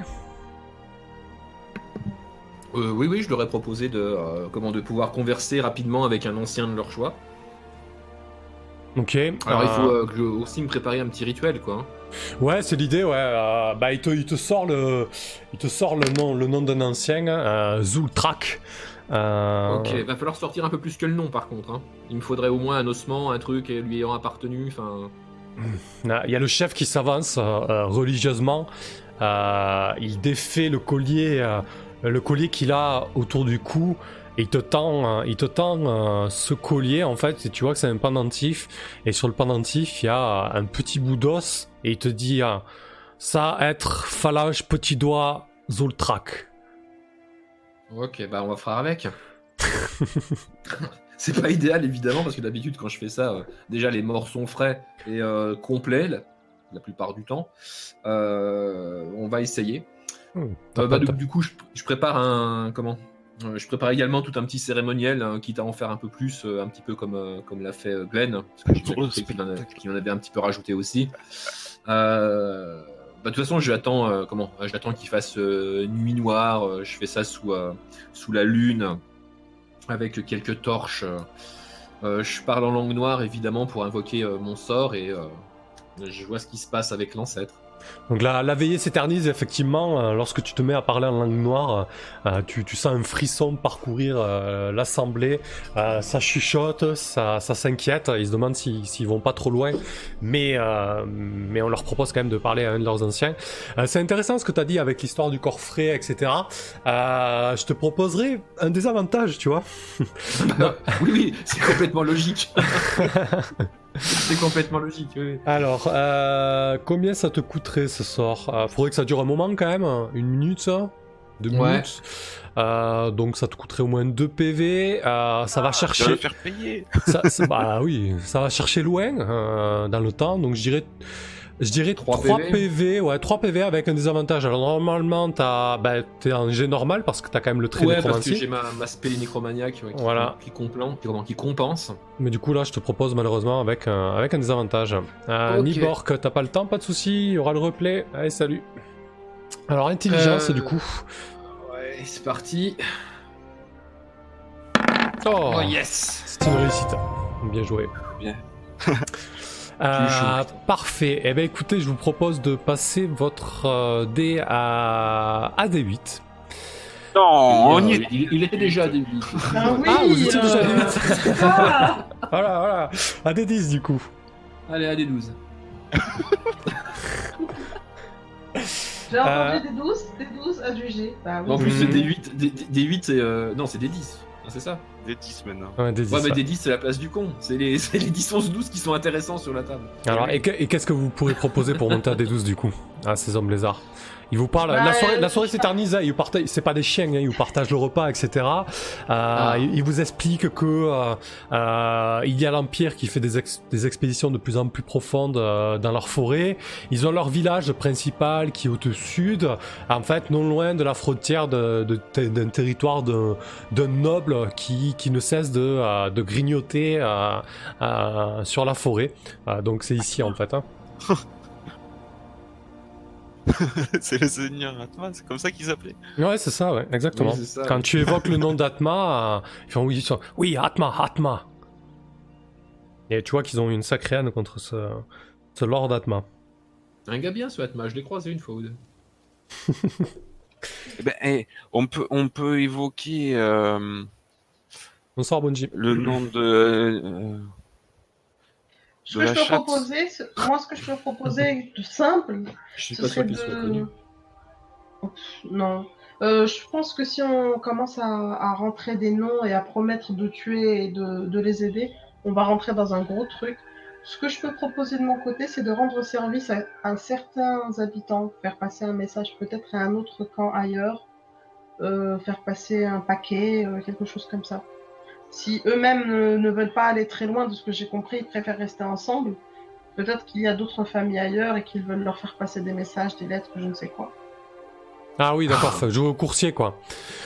Euh, oui, oui, je leur ai proposé de, euh, comment, de pouvoir converser rapidement avec un ancien de leur choix. Ok. Alors euh, il faut euh, que je, aussi me préparer un petit rituel, quoi. hein. Ouais, c'est l'idée, ouais. euh, bah, il te, il te sort le, il te sort le nom, le nom d'un ancien, euh, Zultrak. Euh, Ok, va falloir sortir un peu plus que le nom, par contre. hein. Il me faudrait au moins un ossement, un truc lui ayant appartenu, enfin... Il y a le chef qui s'avance euh, religieusement. Euh, il défait le collier, euh, le collier qu'il a autour du cou. Et il te tend, euh, il te tend euh, ce collier en fait. Et tu vois que c'est un pendentif. Et sur le pendentif, il y a un petit bout d'os. Et il te dit euh, ça être phalange petit doigt Zultrak. Ok, bah on va faire avec. C'est pas idéal évidemment parce que d'habitude quand je fais ça, euh, déjà les morts sont frais et euh, complets la, la plupart du temps. Euh, on va essayer. Hmm, Euh, bah, du, du coup, je, je prépare un comment euh, Je prépare également tout un petit cérémoniel, hein, quitte à en faire un peu plus, euh, un petit peu comme euh, comme l'a fait euh, Glenn, parce que j'ai bien compris qu'il en, a- qu'il en avait un petit peu rajouté aussi. Euh, bah, de toute façon, je l'attends euh, comment Je l'attends qu'il fasse euh, nuit noire. euh, je fais ça sous euh, sous la lune avec quelques torches. Euh, je parle en langue noire évidemment pour invoquer euh, mon sort et euh, je vois ce qui se passe avec l'ancêtre. Donc la, la veillée s'éternise effectivement euh, lorsque tu te mets à parler en langue noire, euh, tu, tu sens un frisson parcourir euh, l'assemblée, euh, ça chuchote, ça, ça s'inquiète, ils se demandent s'ils, s'ils vont pas trop loin, mais, euh, mais on leur propose quand même de parler à un de leurs anciens. Euh, c'est intéressant ce que tu as dit avec l'histoire du corps frais, et cetera. Euh, je te proposerai un désavantage, tu vois. Bah, oui, oui, c'est complètement logique. C'est complètement logique. Oui. Alors, euh, combien ça te coûterait ce sort? euh, Faudrait que ça dure un moment quand même, une minute, ça deux Ouais. minutes. Euh, donc ça te coûterait au moins deux P V. Euh, ça va Tu vas chercher. le faire payer. Ça, ça- bah oui, ça va chercher loin euh, dans le temps. Donc je dirais, je dirais trois trois P V. P V, ouais, trois P V avec un désavantage. Alors normalement, t'as, bah, t'es en G normal parce que t'as quand même le trait Ouais, de parce que chromancie. j'ai ma, ma spé nécromaniaque ouais, qui, Voilà. qui, complan- qui, comment, qui compense. Mais du coup là, je te propose malheureusement avec un, avec un désavantage. Euh, Ok. Nibork, t'as pas le temps, pas de souci, il y aura le replay. Allez, salut. Alors intelligence Euh, du coup. Ouais, c'est parti. Oh, Oh yes. c'est une réussite. Bien joué. Bien. Euh, Tu es chaud, putain. parfait. Eh ben écoutez, je vous propose de passer votre euh, dé à, à D huit. Non, on y il, est. il, il était déjà à début. Ah oui, Ah, vous étiez déjà à D euh, huit. ah, Voilà, voilà. À D dix du coup. Allez, à D douze. J'ai entendu Euh. des douze, des douze à juger. Bah oui. En plus, Mhm. c'est D huit. D, D- D8, c'est. euh, Non, c'est D dix. Ah, c'est ça. Des dix maintenant. Ouais, D dix. Ouais, mais ouais. D dix, c'est la place du con. C'est les, c'est les dix, onze, douze qui sont intéressants sur la table. Alors, et, que- et qu'est-ce que vous pourrez proposer pour monter à D douze du coup? À ces hommes lézards. Ils vous parlent. Bah, la soirée, la euh, soirée je sais s'éternise. hein, Ils vous partagent. C'est pas des chiens. hein, Ils vous partagent le repas, et cetera. Euh, Ah. ils, ils vous expliquent que euh, euh, il y a l'Empire qui fait des, ex- des expéditions de plus en plus profondes euh, dans leur forêt. Ils ont leur village principal qui est au sud, en fait, non loin de la frontière de, de- de- d'un territoire d'un, d'un noble qui, qui ne cesse de, euh, de grignoter euh, euh, sur la forêt. Euh, donc c'est ici en fait. Hein. C'est le seigneur Atma, c'est comme ça qu'il s'appelait. Ouais, c'est ça, ouais, exactement. Oui, c'est ça, Quand ouais. tu évoques le nom d'Atma, euh, ils font oui, ils sont, oui, Atma, Atma. Et tu vois qu'ils ont une sacrée haine contre ce, ce Lord Atma. Un gars bien, ce Atma. Je l'ai croisé une fois ou deux. Eh ben, eh, on peut, on peut évoquer euh, Bonsoir, Bunji. le nom de. euh, Ce de que la je peux chatte. proposer, ce- moi, ce que je peux proposer de simple, Je suis ce pas serait sûr qu'il soit connu. de. Oh, pff, non. Euh, je pense que si on commence à, à rentrer des noms et à promettre de tuer et de, de les aider, on va rentrer dans un gros truc. Ce que je peux proposer de mon côté, c'est de rendre service à, à certains habitants, faire passer un message peut-être à un autre camp ailleurs, euh, faire passer un paquet, euh, quelque chose comme ça. Si eux-mêmes ne, ne veulent pas aller très loin de ce que j'ai compris, ils préfèrent rester ensemble. Peut-être qu'il y a d'autres familles ailleurs et qu'ils veulent leur faire passer des messages, des lettres, je ne sais quoi. Ah oui, d'accord, faut jouer au coursier, quoi.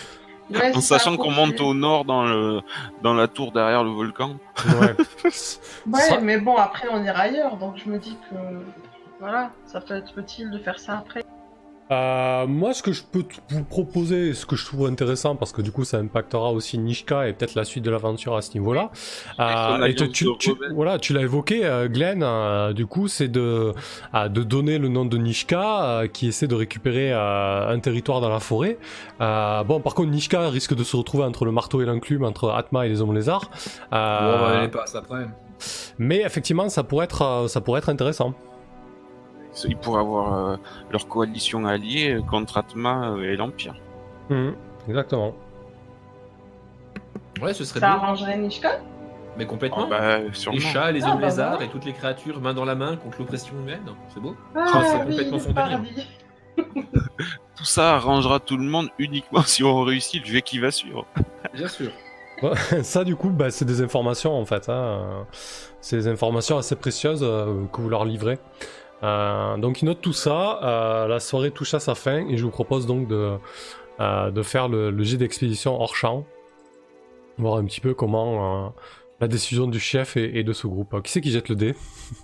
Ouais, En c'est ça, sachant qu'on monte poursuivre. au nord dans, le, dans la tour derrière le volcan. Ouais. Ouais, Ça- mais bon, après on ira ailleurs, donc je me dis que voilà, ça peut être utile de faire ça après. Euh, moi, ce que je peux t- vous proposer, ce que je trouve intéressant, parce que du coup, ça impactera aussi Nishka et peut-être la suite de l'aventure à ce niveau-là. Euh, et tu, tu, tu- voilà, tu l'as évoqué, euh, Glenn. euh, du coup, c'est de euh, de donner le nom de Nishka, euh, qui essaie de récupérer euh, un territoire dans la forêt. Euh, bon, par contre, Nishka risque de se retrouver entre le marteau et l'enclume, entre Atma et les hommes lézards. Euh, Bon, on va aller passer après. mais effectivement, ça pourrait être, euh, ça pourrait être intéressant. Ils pourraient avoir euh, leur coalition alliée contre Atma et l'Empire. Mhm, exactement. Ouais, ce serait Ça bien. arrangerait Nishka. Mais complètement. Oh, bah, sûrement. Les chats, les Ah, hommes bah, lézards voilà. et toutes les créatures main dans la main contre l'oppression humaine. C'est beau. Ah, Ça, c'est oui, complètement le son délire. paradis. Tout ça arrangera tout le monde uniquement si on réussit le jeu qui va suivre. Bien sûr. Ça, du coup, bah, c'est des informations en fait. Hein. C'est des informations assez précieuses euh, que vous leur livrez. Euh, donc, ils notent tout ça. Euh, la soirée touche à sa fin et je vous propose donc de, euh, de faire le, le jet d'expédition hors champ. Voir un petit peu comment euh, la décision du chef et, et de ce groupe. Qui c'est qui jette le dé?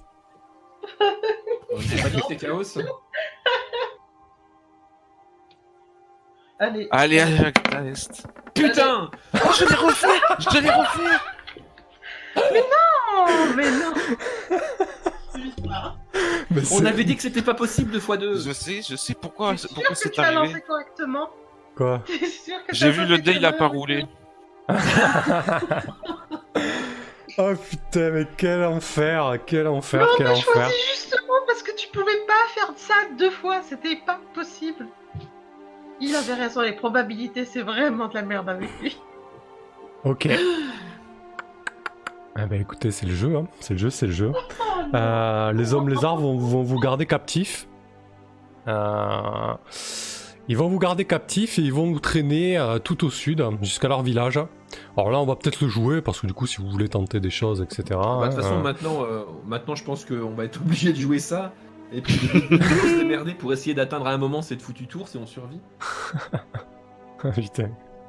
On n'est pas dit que c'était chaos. Allez. Allez, Ajax Test. Putain. Oh, je l'ai refait. Je l'ai refait. Oh, mais non. Putain. Mais On c'est- avait dit que c'était pas possible deux fois deux. Je sais, je sais pourquoi, T'es sûr pourquoi que c'est tu l'as arrivé. lancé correctement? Quoi? T'es sûr que J'ai t'as vu pas le fait dé, il a connerie pas avec roulé. Oh putain, mais quel enfer, quel enfer, Non, quel mais je enfer. choisis justement parce que tu pouvais pas faire ça deux fois, c'était pas possible. Il avait raison, les probabilités, c'est vraiment de la merde avec lui. Ok. Ah bah écoutez, c'est le jeu, hein. C'est le jeu, c'est le jeu. Oh, non. Euh, les hommes lézards vont, vont vous garder captifs. Euh, ils vont vous garder captifs et ils vont vous traîner euh, tout au sud jusqu'à leur village. Alors là, on va peut-être le jouer parce que du coup, si vous voulez tenter des choses, et cetera. Bah, de toute façon, hein, maintenant, euh, maintenant, je pense qu'on va être obligé de jouer ça. Et puis de se démerder pour essayer d'atteindre à un moment cette foutue tour si on survit. euh, Putain.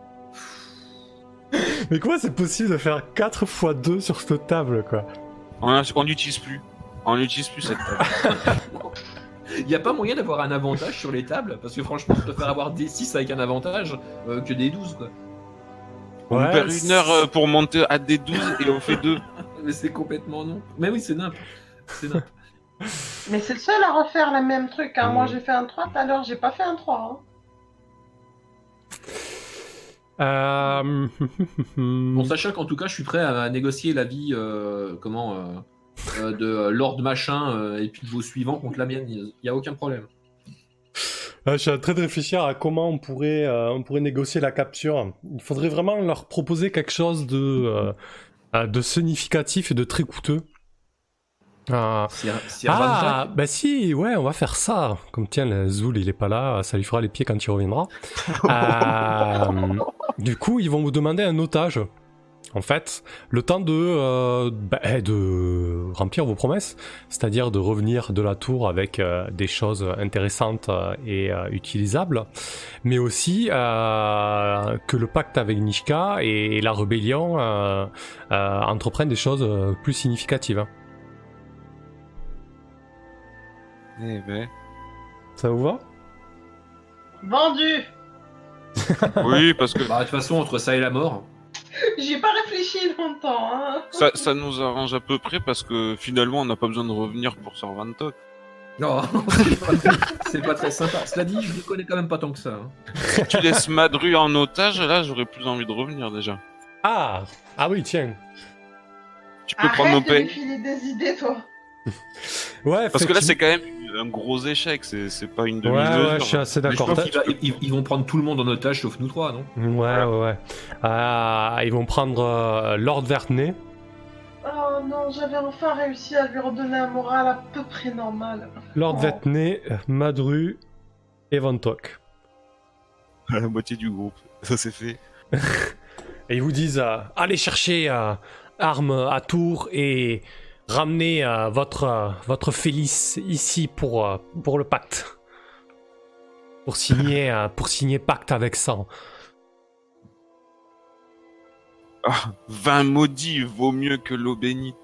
Mais comment c'est possible de faire quatre fois deux sur cette table, quoi? On n'utilise plus. On n'utilise plus cette table. Il n'y a pas moyen d'avoir un avantage sur les tables, parce que franchement, je préfère avoir des six avec un avantage euh, que des douze, quoi. On Ouais, perd c'est- une heure euh, pour monter à D douze et on fait deux. Mais c'est complètement non. Mais oui, c'est nimp. C'est nimp. Mais c'est le seul à refaire le même truc. Hein. Mm. Moi, j'ai fait un trois tout à l'heure, j'ai pas fait un trois. Hein. Euh... Bon, sachant qu'en tout cas, je suis prêt à négocier la vie, euh, comment, euh, euh, de euh, Lord Machin euh, et puis de vos suivants contre la mienne. Il n'y a aucun problème. Ah, je suis en train de réfléchir à comment on pourrait, euh, on pourrait négocier la capture. Il faudrait vraiment leur proposer quelque chose de, euh, euh, de significatif et de très coûteux. Euh, Sir, Sir ah, Van bah si, ouais, on va faire ça. Comme tiens, le Zoul, il est pas là, ça lui fera les pieds quand il reviendra. Euh, du coup, ils vont vous demander un otage. En fait, le temps de, euh, bah, de remplir vos promesses, c'est-à-dire de revenir de la tour avec euh, des choses intéressantes euh, et euh, utilisables, mais aussi euh, que le pacte avec Nishka et la rébellion euh, euh, entreprennent des choses euh, plus significatives. Eh ben. Ça vous va? Vendu. Oui, parce que Bah, de toute façon, entre ça et la mort. J'y ai pas réfléchi longtemps. Hein. ça, ça nous arrange à peu près parce que finalement on n'a pas besoin de revenir pour Sorvantok. Non, c'est pas, très- c'est pas très sympa. Cela dit, je ne connais quand même pas tant que ça. hein. Si tu laisses Madru en otage, là j'aurais plus envie de revenir déjà. Ah, ah oui, tiens. Tu peux prendre nos Arrête de lui payes. filer des idées, toi. Ouais, Parce que là c'est effectivement. quand même un gros échec, c'est c'est pas une Ouais, demi-mesure. ouais, je suis assez Mais je d'accord. pense qu'ils va- ils, ils vont prendre tout le monde en otage sauf nous trois, non? Ouais, ouais, ouais. Ah, ils vont prendre euh, Lord Vertenay. Oh non, j'avais enfin réussi à lui redonner un moral à peu près normal. Lord Oh. Vertenay, Madru et Vantok. À la moitié du groupe, ça c'est fait. Et ils vous disent euh, allez chercher euh, armes à Tours et ramenez euh, votre, euh, votre Félix ici pour, euh, pour le pacte. Pour signer, euh, pour signer pacte avec sang. Ah, vin maudit vaut mieux que l'eau bénite.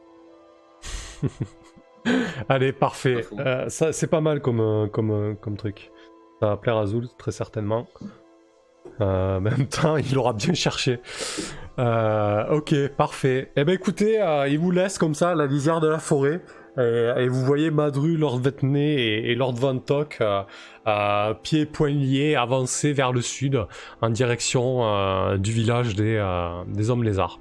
Allez, parfait. Pas faux. Euh, ça, c'est pas mal comme, euh, comme, euh, comme truc. Ça va plaire à Zul, très certainement. Euh, en même temps, il aura bien cherché. Euh, ok, parfait. Eh ben écoutez, euh, il vous laisse comme ça à la lisière de la forêt. Et, et vous voyez Madru, Lord Vetney et, et Lord Vantok, euh, euh, pieds et poings liés, avancer vers le sud en direction euh, du village des, euh, des hommes lézards.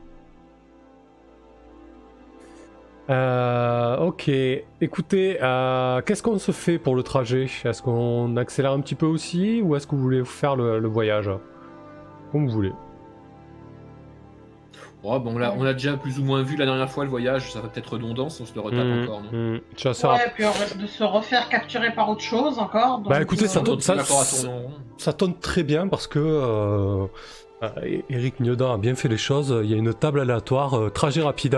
Euh, ok, écoutez, euh, qu'est-ce qu'on se fait pour le trajet? Est-ce qu'on accélère un petit peu aussi ou est-ce que vous voulez faire le, le voyage? Comme vous voulez. Oh, bon, on l'a on l'a déjà plus ou moins vu la dernière fois le voyage, ça va peut-être redondant si on se le retape Mmh, encore, non mmh. Tu vois, ça, Ouais, puis on risque de se refaire capturer par autre chose encore. Donc, Bah, écoutez, ça euh, tombe- ça- D'accord à tourner en rond. ça tombe très bien parce que euh, euh, Eric Niodan a bien fait les choses. Il y a une table aléatoire, euh, trajet rapide.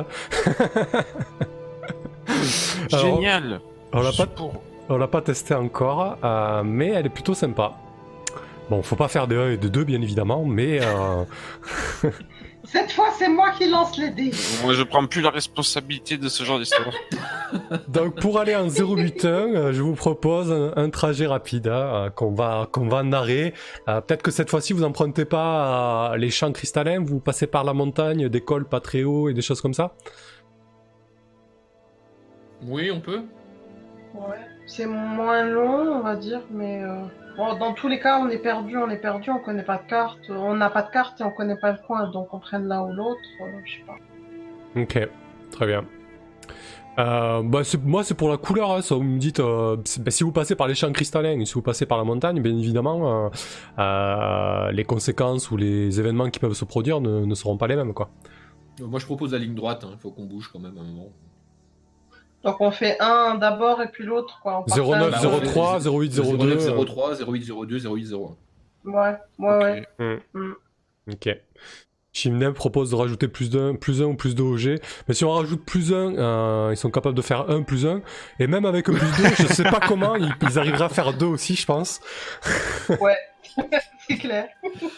Alors, Génial. on l'a Je suis pas, pour. on l'a pas testé encore, euh, mais elle est plutôt sympa. Bon, faut pas faire de un et de deux, bien évidemment, mais euh, Cette fois, c'est moi qui lance les dés. Moi, je prends plus la responsabilité de ce genre d'histoire. donc pour aller en zéro huit un, euh, je vous propose un, un trajet rapide hein, euh, qu'on va qu'on va narrer. Euh, Peut-être que cette fois-ci vous empruntez pas euh, les champs cristallins, vous passez par la montagne, des cols pas très hauts et des choses comme ça. Oui, on peut. Ouais, c'est moins long, on va dire, mais euh, bon, dans tous les cas, on est perdu, on est perdu, on connaît pas de carte, on n'a pas de carte et on connaît pas le coin, donc on prenne l'un ou l'autre, euh, je sais pas. Ok, très bien. Euh, bah c'est- moi c'est pour la couleur, hein, ça vous me dites, euh, c'est- bah, si vous passez par les champs cristallins et si vous passez par la montagne, bien évidemment, euh, euh, les conséquences ou les événements qui peuvent se produire ne, ne seront pas les mêmes, quoi. Euh, Moi, je propose la ligne droite, il faut qu'on bouge quand même un moment. Donc on fait un d'abord et puis l'autre, quoi. on zéro partage. neuf, Bah, zéro on fait trois, zéro huit, zéro deux. zéro neuf zéro trois, zéro huit zéro deux, zéro huit zéro un. Ouais, ouais, Ok. ouais. Hmm. Hmm. Ok. Chimney propose de rajouter plus d'un, plus un ou plus deux O G. Mais si on rajoute plus un, euh, ils sont capables de faire un plus un. Et même avec un plus deux, je sais pas comment, ils, ils arriveraient à faire deux aussi, je pense. Ouais, c'est clair.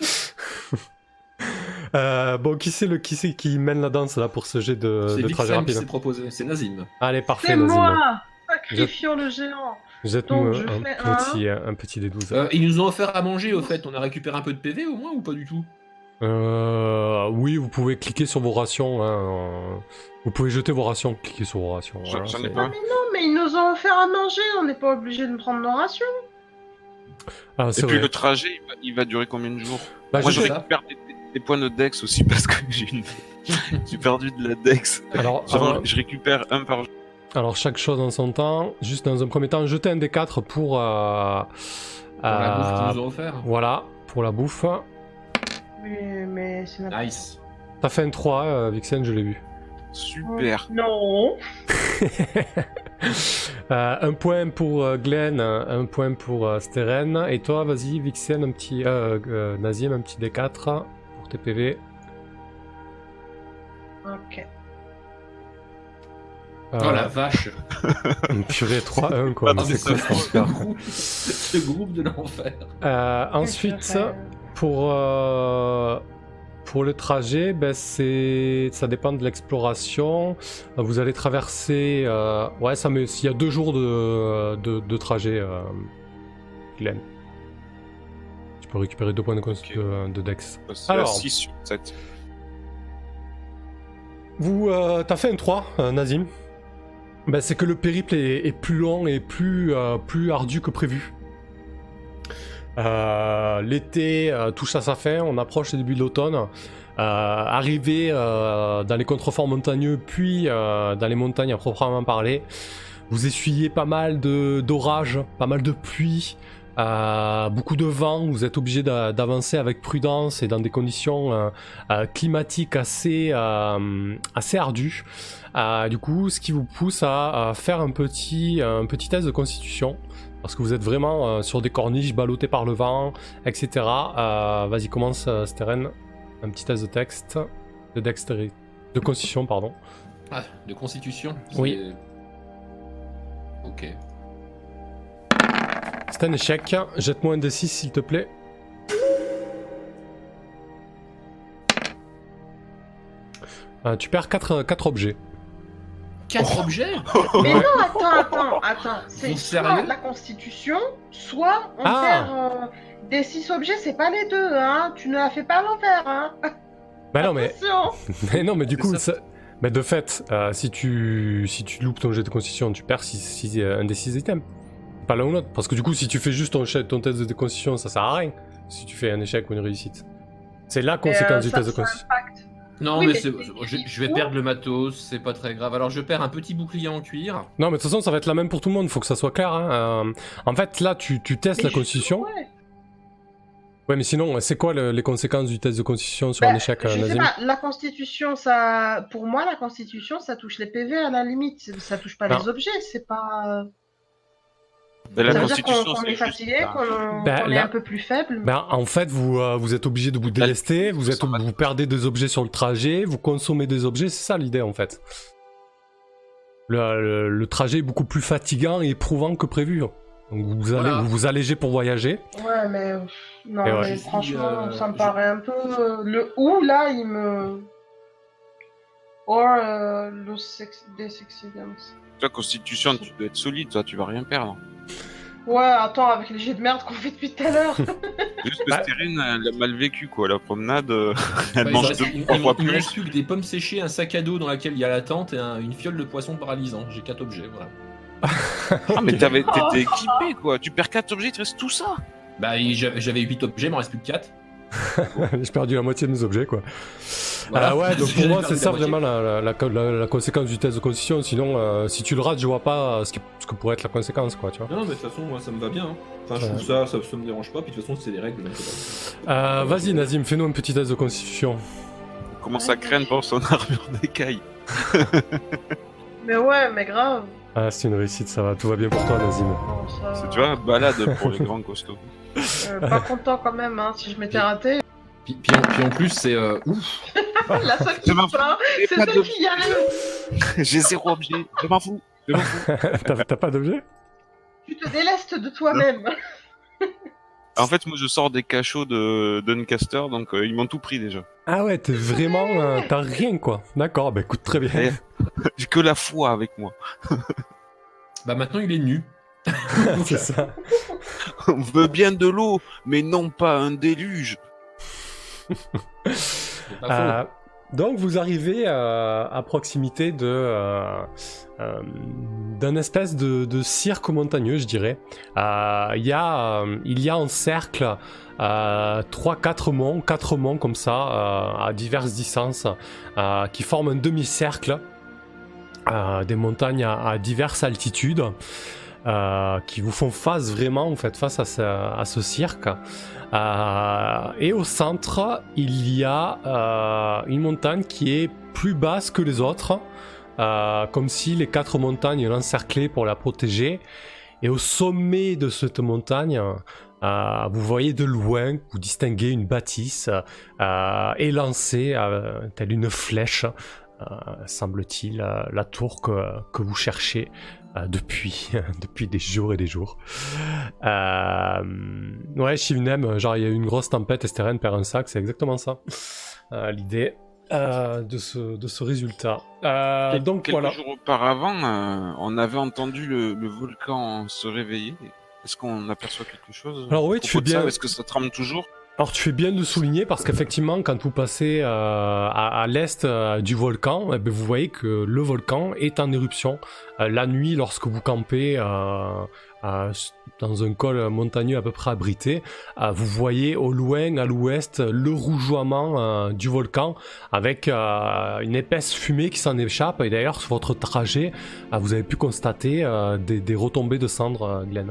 Euh, bon, qui c'est le qui c'est qui mène la danse là pour ce jet de, C'est de trajet Vixen qui rapide? s'est proposé, c'est Nazim. Allez, parfait, C'est Nazim. moi, sacrifions le géant. Jette-nous Donc, je un, fais un petit, un petit D douze. Euh, ils nous ont offert à manger au fait, on a récupéré un peu de P V au moins ou pas du tout? Euh, oui, vous pouvez cliquer sur vos rations. Hein, euh, vous pouvez jeter vos rations, cliquer sur vos rations. J'en- voilà, j'en ai c'est- pas. Non, mais ils nous ont offert à manger, on n'est pas obligé de prendre nos rations. Ah, Et c'est puis vrai. le trajet, il va, il va durer combien de jours? Bah, Moi, je je sais- récupère des, des- des points de Dex aussi parce que j'ai une... j'ai perdu de la Dex. Alors, Genre, alors, je récupère un par jour. alors, chaque chose en son temps. Juste dans un premier temps, jetez un D quatre pour. Euh, Pour la bouffe euh, qu'ils nous ont offert. Voilà, pour la bouffe. Mais, mais c'est n'importe Nice. T'as fait un trois, euh, Vixen, je l'ai vu. Super. Non. Euh, un point pour euh, Glenn, un point pour euh, Steren. Et toi, vas-y, Vixen, un petit. Euh, euh, Nazim, un petit D quatre pour tes P V. Ok. Euh, Oh la vache. Purée, trois un quoi. Mais Ah, c'est mais quoi ça- cette affaire? Ce groupe de l'enfer. Euh, Ensuite, pour, euh, pour le trajet, ben c'est, ça dépend de l'exploration. Vous allez traverser. Euh, ouais, ça me, il y a deux jours de, de, de trajet, euh, Glenn. Tu peux récupérer deux points de, cons- Ok. de, de Dex. C'est Alors. six sur sept. Vous, euh, t'as fait un trois, euh, Nazim. Ben, c'est que le périple est, est plus long et plus, euh, plus ardu que prévu. Euh, L'été euh, touche à sa fin, on approche le début de l'automne. Euh, arrivé euh, dans les contreforts montagneux, puis euh, dans les montagnes à proprement parler, vous essuyez pas mal de d'orages, pas mal de pluie, euh, beaucoup de vent. Vous êtes obligé d'a- d'avancer avec prudence et dans des conditions euh, euh, climatiques assez, euh, assez ardues. Euh, du coup, ce qui vous pousse à, à faire un petit, un petit test de constitution. Parce que vous êtes vraiment euh, sur des corniches ballottés par le vent, et cetera. Euh, Vas-y, commence, euh, Steren. Un petit test de texte. De dextérité. De constitution, pardon. Ah, de constitution. Oui. C'est- Ok. C'est un échec. Jette-moi un D six, s'il te plaît. Euh, tu perds quatre objets. Quatre objets. Mais non, attends, attends, attends. C'est Vous soit sérieux la constitution, soit on Ah. perd euh, des six objets, c'est pas les deux, hein. Tu ne la fais pas à l'envers, hein. Bah non, mais, Attention. mais non, mais du C'est coup, ça. ça- mais de fait, euh, si tu si tu loupes ton jet de constitution, tu perds six, six, euh, un des six items. Pas l'un ou l'autre. Parce que du coup, si tu fais juste ton, jet- ton test de constitution, ça sert à rien. Si tu fais un échec ou une réussite. C'est la Et, conséquence euh, du ça- test de ça constitution. impacte. Non, Oui, mais, mais c'est- c'est- je, je vais perdre le matos, c'est pas très grave. Alors je perds un petit bouclier en cuir. Non, mais de toute façon, ça va être la même pour tout le monde, faut que ça soit clair. Hein. Euh, en fait, là, tu, tu testes Mais la constitution. justement, ouais. Ouais, mais sinon, c'est quoi le- les conséquences du test de constitution sur Bah, un échec, euh, je sais Nazim? pas, la constitution, ça, pour moi, la constitution, ça touche les P V à la limite, C'est- ça touche pas Non. les objets, c'est pas. Mais la ça veut dire qu'on constitution, qu'on c'est est juste- fatigué, Ah. qu'on Bah, qu'on est là- un peu plus faible. Ben, en fait, vous, euh, vous êtes obligé de vous délester, vous, êtes, vous perdez des objets sur le trajet, vous consommez des objets, c'est ça l'idée en fait. Le, le- le trajet est beaucoup plus fatigant et éprouvant que prévu. Donc vous, allez, Voilà. vous vous allégez pour voyager. Ouais, mais euh, non, Et ouais. mais Je suis, franchement, euh, ça me je- paraît un peu euh, le ou là, il me. Or euh, le sex des accidents. Toi, constitution, tu dois être solide, toi, tu vas rien perdre. Ouais, attends, avec les jets de merde qu'on fait depuis tout à l'heure. Juste que Bah- Stérine, elle a mal vécu, quoi. La promenade, euh, elle Bah, il mange reste- deux il- trois il- fois il me plus. reste plus que des pommes séchées, un sac à dos dans lequel il y a la tente et un- une fiole de poisson paralysant. J'ai quatre objets, voilà. Ah, mais t'avais- t'étais équipé, quoi. Tu perds quatre objets, il te reste tout ça. Bah, il- j'avais j'avais huit objets, il m'en reste plus que quatre. J'ai perdu la moitié de mes objets quoi. Voilà. Ah ouais, donc pour J'ai moi perdu c'est ça la moitié. vraiment la, la, la, la- la conséquence du test de constitution. Sinon, euh, si tu le rates, je vois pas ce, qui, ce que pourrait être la conséquence quoi, tu vois. Non, mais de toute façon, moi, ça me va bien. hein. Enfin, je Ouais. trouve ça, ça, ça me dérange pas. Puis de toute façon, c'est des règles. Donc c'est pas- Euh, Vas-y Nazim, fais-nous un petit test de constitution. Il commence à craindre pour son armure d'écaille. Mais ouais, mais grave. Ah, c'est une réussite, ça va, tout va bien pour toi Nazim. Bon, ça- C'est, tu vois, balade pour les grands costauds. Euh, pas content quand même, hein, si je m'étais raté. Puis, puis en, puis en plus, c'est euh, ouf. La seule qui Je m'en se plaint, c'est pas celle de- qui y arrive. J'ai zéro objet, je m'en fous. Je m'en fous. T'as t'as pas d'objet? Tu te délestes de toi-même. En fait, moi, je sors des cachots de Doncaster, donc euh, ils m'ont tout pris déjà. Ah ouais, t'es vraiment... euh, t'as rien quoi. D'accord, bah écoute, très bien. Et- J'ai que la foi avec moi. Bah maintenant, il est nu. C'est ça. On veut bien de l'eau, mais non pas un déluge. C'est pas faux. Euh, donc vous arrivez euh, à proximité de euh, euh, d'un espèce de, de cirque montagneux, je dirais. Euh, Il y a euh, il y a en cercle euh, trois quatre monts, quatre monts comme ça euh, à diverses distances euh, qui forment un demi-cercle. Euh, des montagnes à, à diverses altitudes euh, qui vous font face vraiment, vous faites face à ce, à ce cirque. Euh, et au centre, il y a euh, une montagne qui est plus basse que les autres, euh, comme si les quatre montagnes l'encerclaient pour la protéger. Et au sommet de cette montagne, euh, vous voyez de loin, vous distinguez une bâtisse euh, élancée euh, telle une flèche. Euh, semble-t-il, euh, la tour que, que vous cherchez euh, depuis, depuis des jours et des jours. Euh, ouais, Shivnem, genre il y a eu une grosse tempête, Esteren perd un sac, c'est exactement ça. Euh, l'idée euh, de, ce, de ce résultat. Euh, Quel- donc Quelques voilà. jours auparavant, euh, on avait entendu le, le volcan se réveiller. Est-ce qu'on aperçoit quelque chose Alors oui, à tu propos fais de ça bien. Est-ce que ça tremble toujours? Alors tu fais bien de souligner parce qu'effectivement quand vous passez euh, à, à l'est euh, du volcan, eh ben, vous voyez que le volcan est en éruption. Euh, la nuit lorsque vous campez euh, euh, dans un col montagneux à peu près abrité, euh, vous voyez au loin à l'ouest le rougeoiement euh, du volcan avec euh, une épaisse fumée qui s'en échappe et d'ailleurs sur votre trajet euh, vous avez pu constater euh, des, des retombées de cendres, euh, Glenn.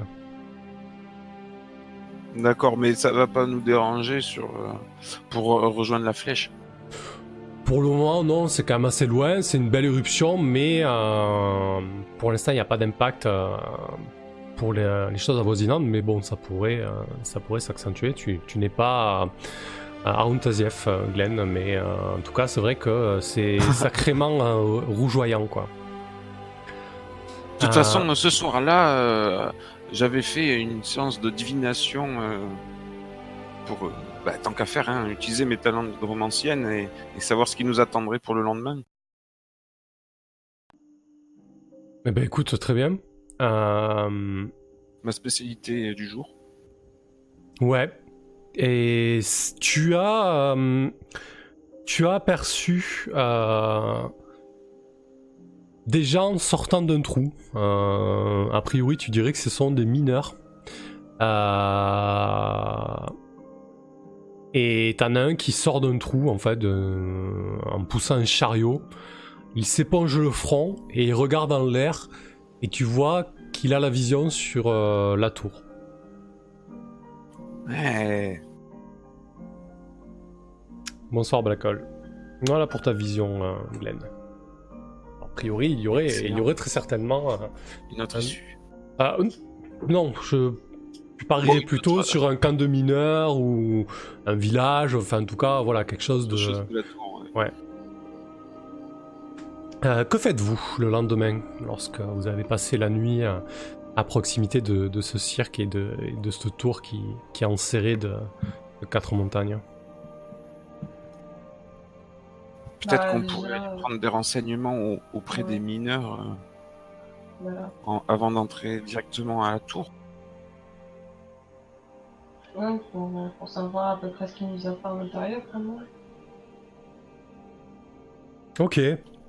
D'accord, mais ça va pas nous déranger sur euh, pour euh, rejoindre la flèche. Pour le moment, non, c'est quand même assez loin, c'est une belle éruption, mais euh, pour l'instant, il n'y a pas d'impact euh, pour les, les choses avoisinantes, mais bon, ça pourrait, euh, ça pourrait s'accentuer. Tu, tu n'es pas euh, à Runtaziev, euh, Glenn, mais euh, en tout cas, c'est vrai que c'est sacrément euh, rougeoyant, quoi. De toute Euh, façon, ce soir-là, euh, j'avais fait une séance de divination euh, pour euh, bah, tant qu'à faire, hein, utiliser mes talents de romancienne et, et savoir ce qui nous attendrait pour le lendemain. Eh ben écoute, très bien. Euh... Ma spécialité du jour. Ouais. Et tu as, euh, tu as aperçu euh, des gens sortant d'un trou. Euh, a priori, tu dirais que ce sont des mineurs. Euh, et t'en as un qui sort d'un trou, en fait, euh, en poussant un chariot. Il s'éponge le front et il regarde en l'air. Et tu vois qu'il a la vision sur euh, la tour. Ouais. Bonsoir Black Hole. Voilà pour ta vision, euh, Glenn. A priori, il y aurait, il y aurait très certainement... Euh, Une autre un... issue. Ah, non, je parierais Bon, plutôt voilà. sur un camp de mineurs ou un village, enfin en tout cas, voilà, quelque chose de... Quelque chose de la tour, ouais. Ouais. Euh, que faites-vous le lendemain, lorsque vous avez passé la nuit euh, à proximité de, de ce cirque et de, et de cette tour qui, qui est enserrée de, de quatre montagnes? Peut-être Bah, qu'on déjà, pourrait euh, prendre des renseignements au- auprès ouais. des mineurs euh, Voilà. en- avant d'entrer directement à la tour. Ouais, pour, pour savoir à peu près ce qui nous attend à l'intérieur, vraiment. Ok.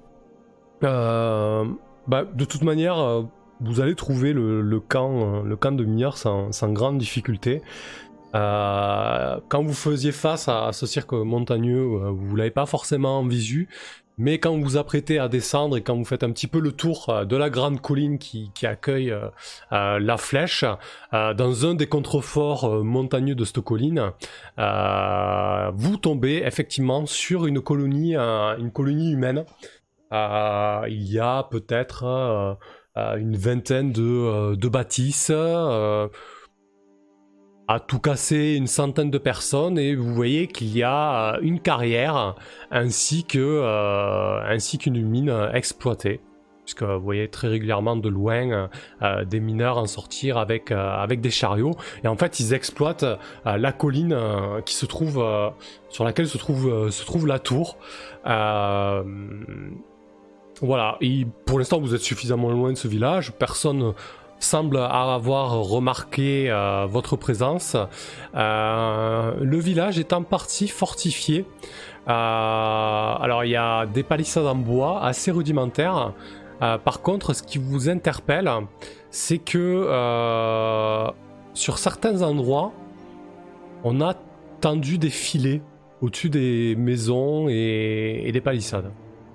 Euh, bah, de toute manière, euh, vous allez trouver le, le camp, euh, le camp de mineurs sans, sans grande difficulté. Euh, quand vous faisiez face à, à ce cirque montagneux, euh, vous l'avez pas forcément en visu, mais quand vous vous apprêtez à descendre et quand vous faites un petit peu le tour euh, de la grande colline qui, qui accueille euh, euh, la flèche, euh, dans un des contreforts euh, montagneux de cette colline, euh, vous tombez effectivement sur une colonie, euh, une colonie humaine. Euh, il y a peut-être euh, euh, une vingtaine de, euh, de bâtisses. Euh, à tout casser une centaine de personnes et vous voyez qu'il y a euh, une carrière ainsi que euh, ainsi qu'une mine euh, exploitée, puisque vous voyez très régulièrement de loin euh, des mineurs en sortir avec euh, avec des chariots et en fait ils exploitent euh, la colline euh, qui se trouve euh, sur laquelle se trouve euh, se trouve la tour. Euh, voilà, et pour l'instant vous êtes suffisamment loin de ce village, personne semble avoir remarqué euh, votre présence. Euh, le village est en partie fortifié. Euh, alors il y a des palissades en bois assez rudimentaires. Euh, par contre, ce qui vous interpelle, c'est que euh, sur certains endroits, on a tendu des filets au-dessus des maisons et, et des palissades.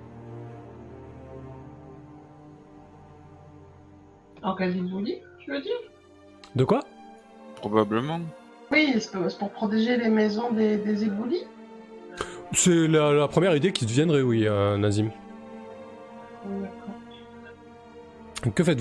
En quasi bully, tu veux dire? De quoi ? Probablement. Oui, c'est pour, c'est pour protéger les maisons des, des éboulis. C'est la, la première idée qui te viendrait, oui, euh, Nazim. D'accord. Que faites-vous ?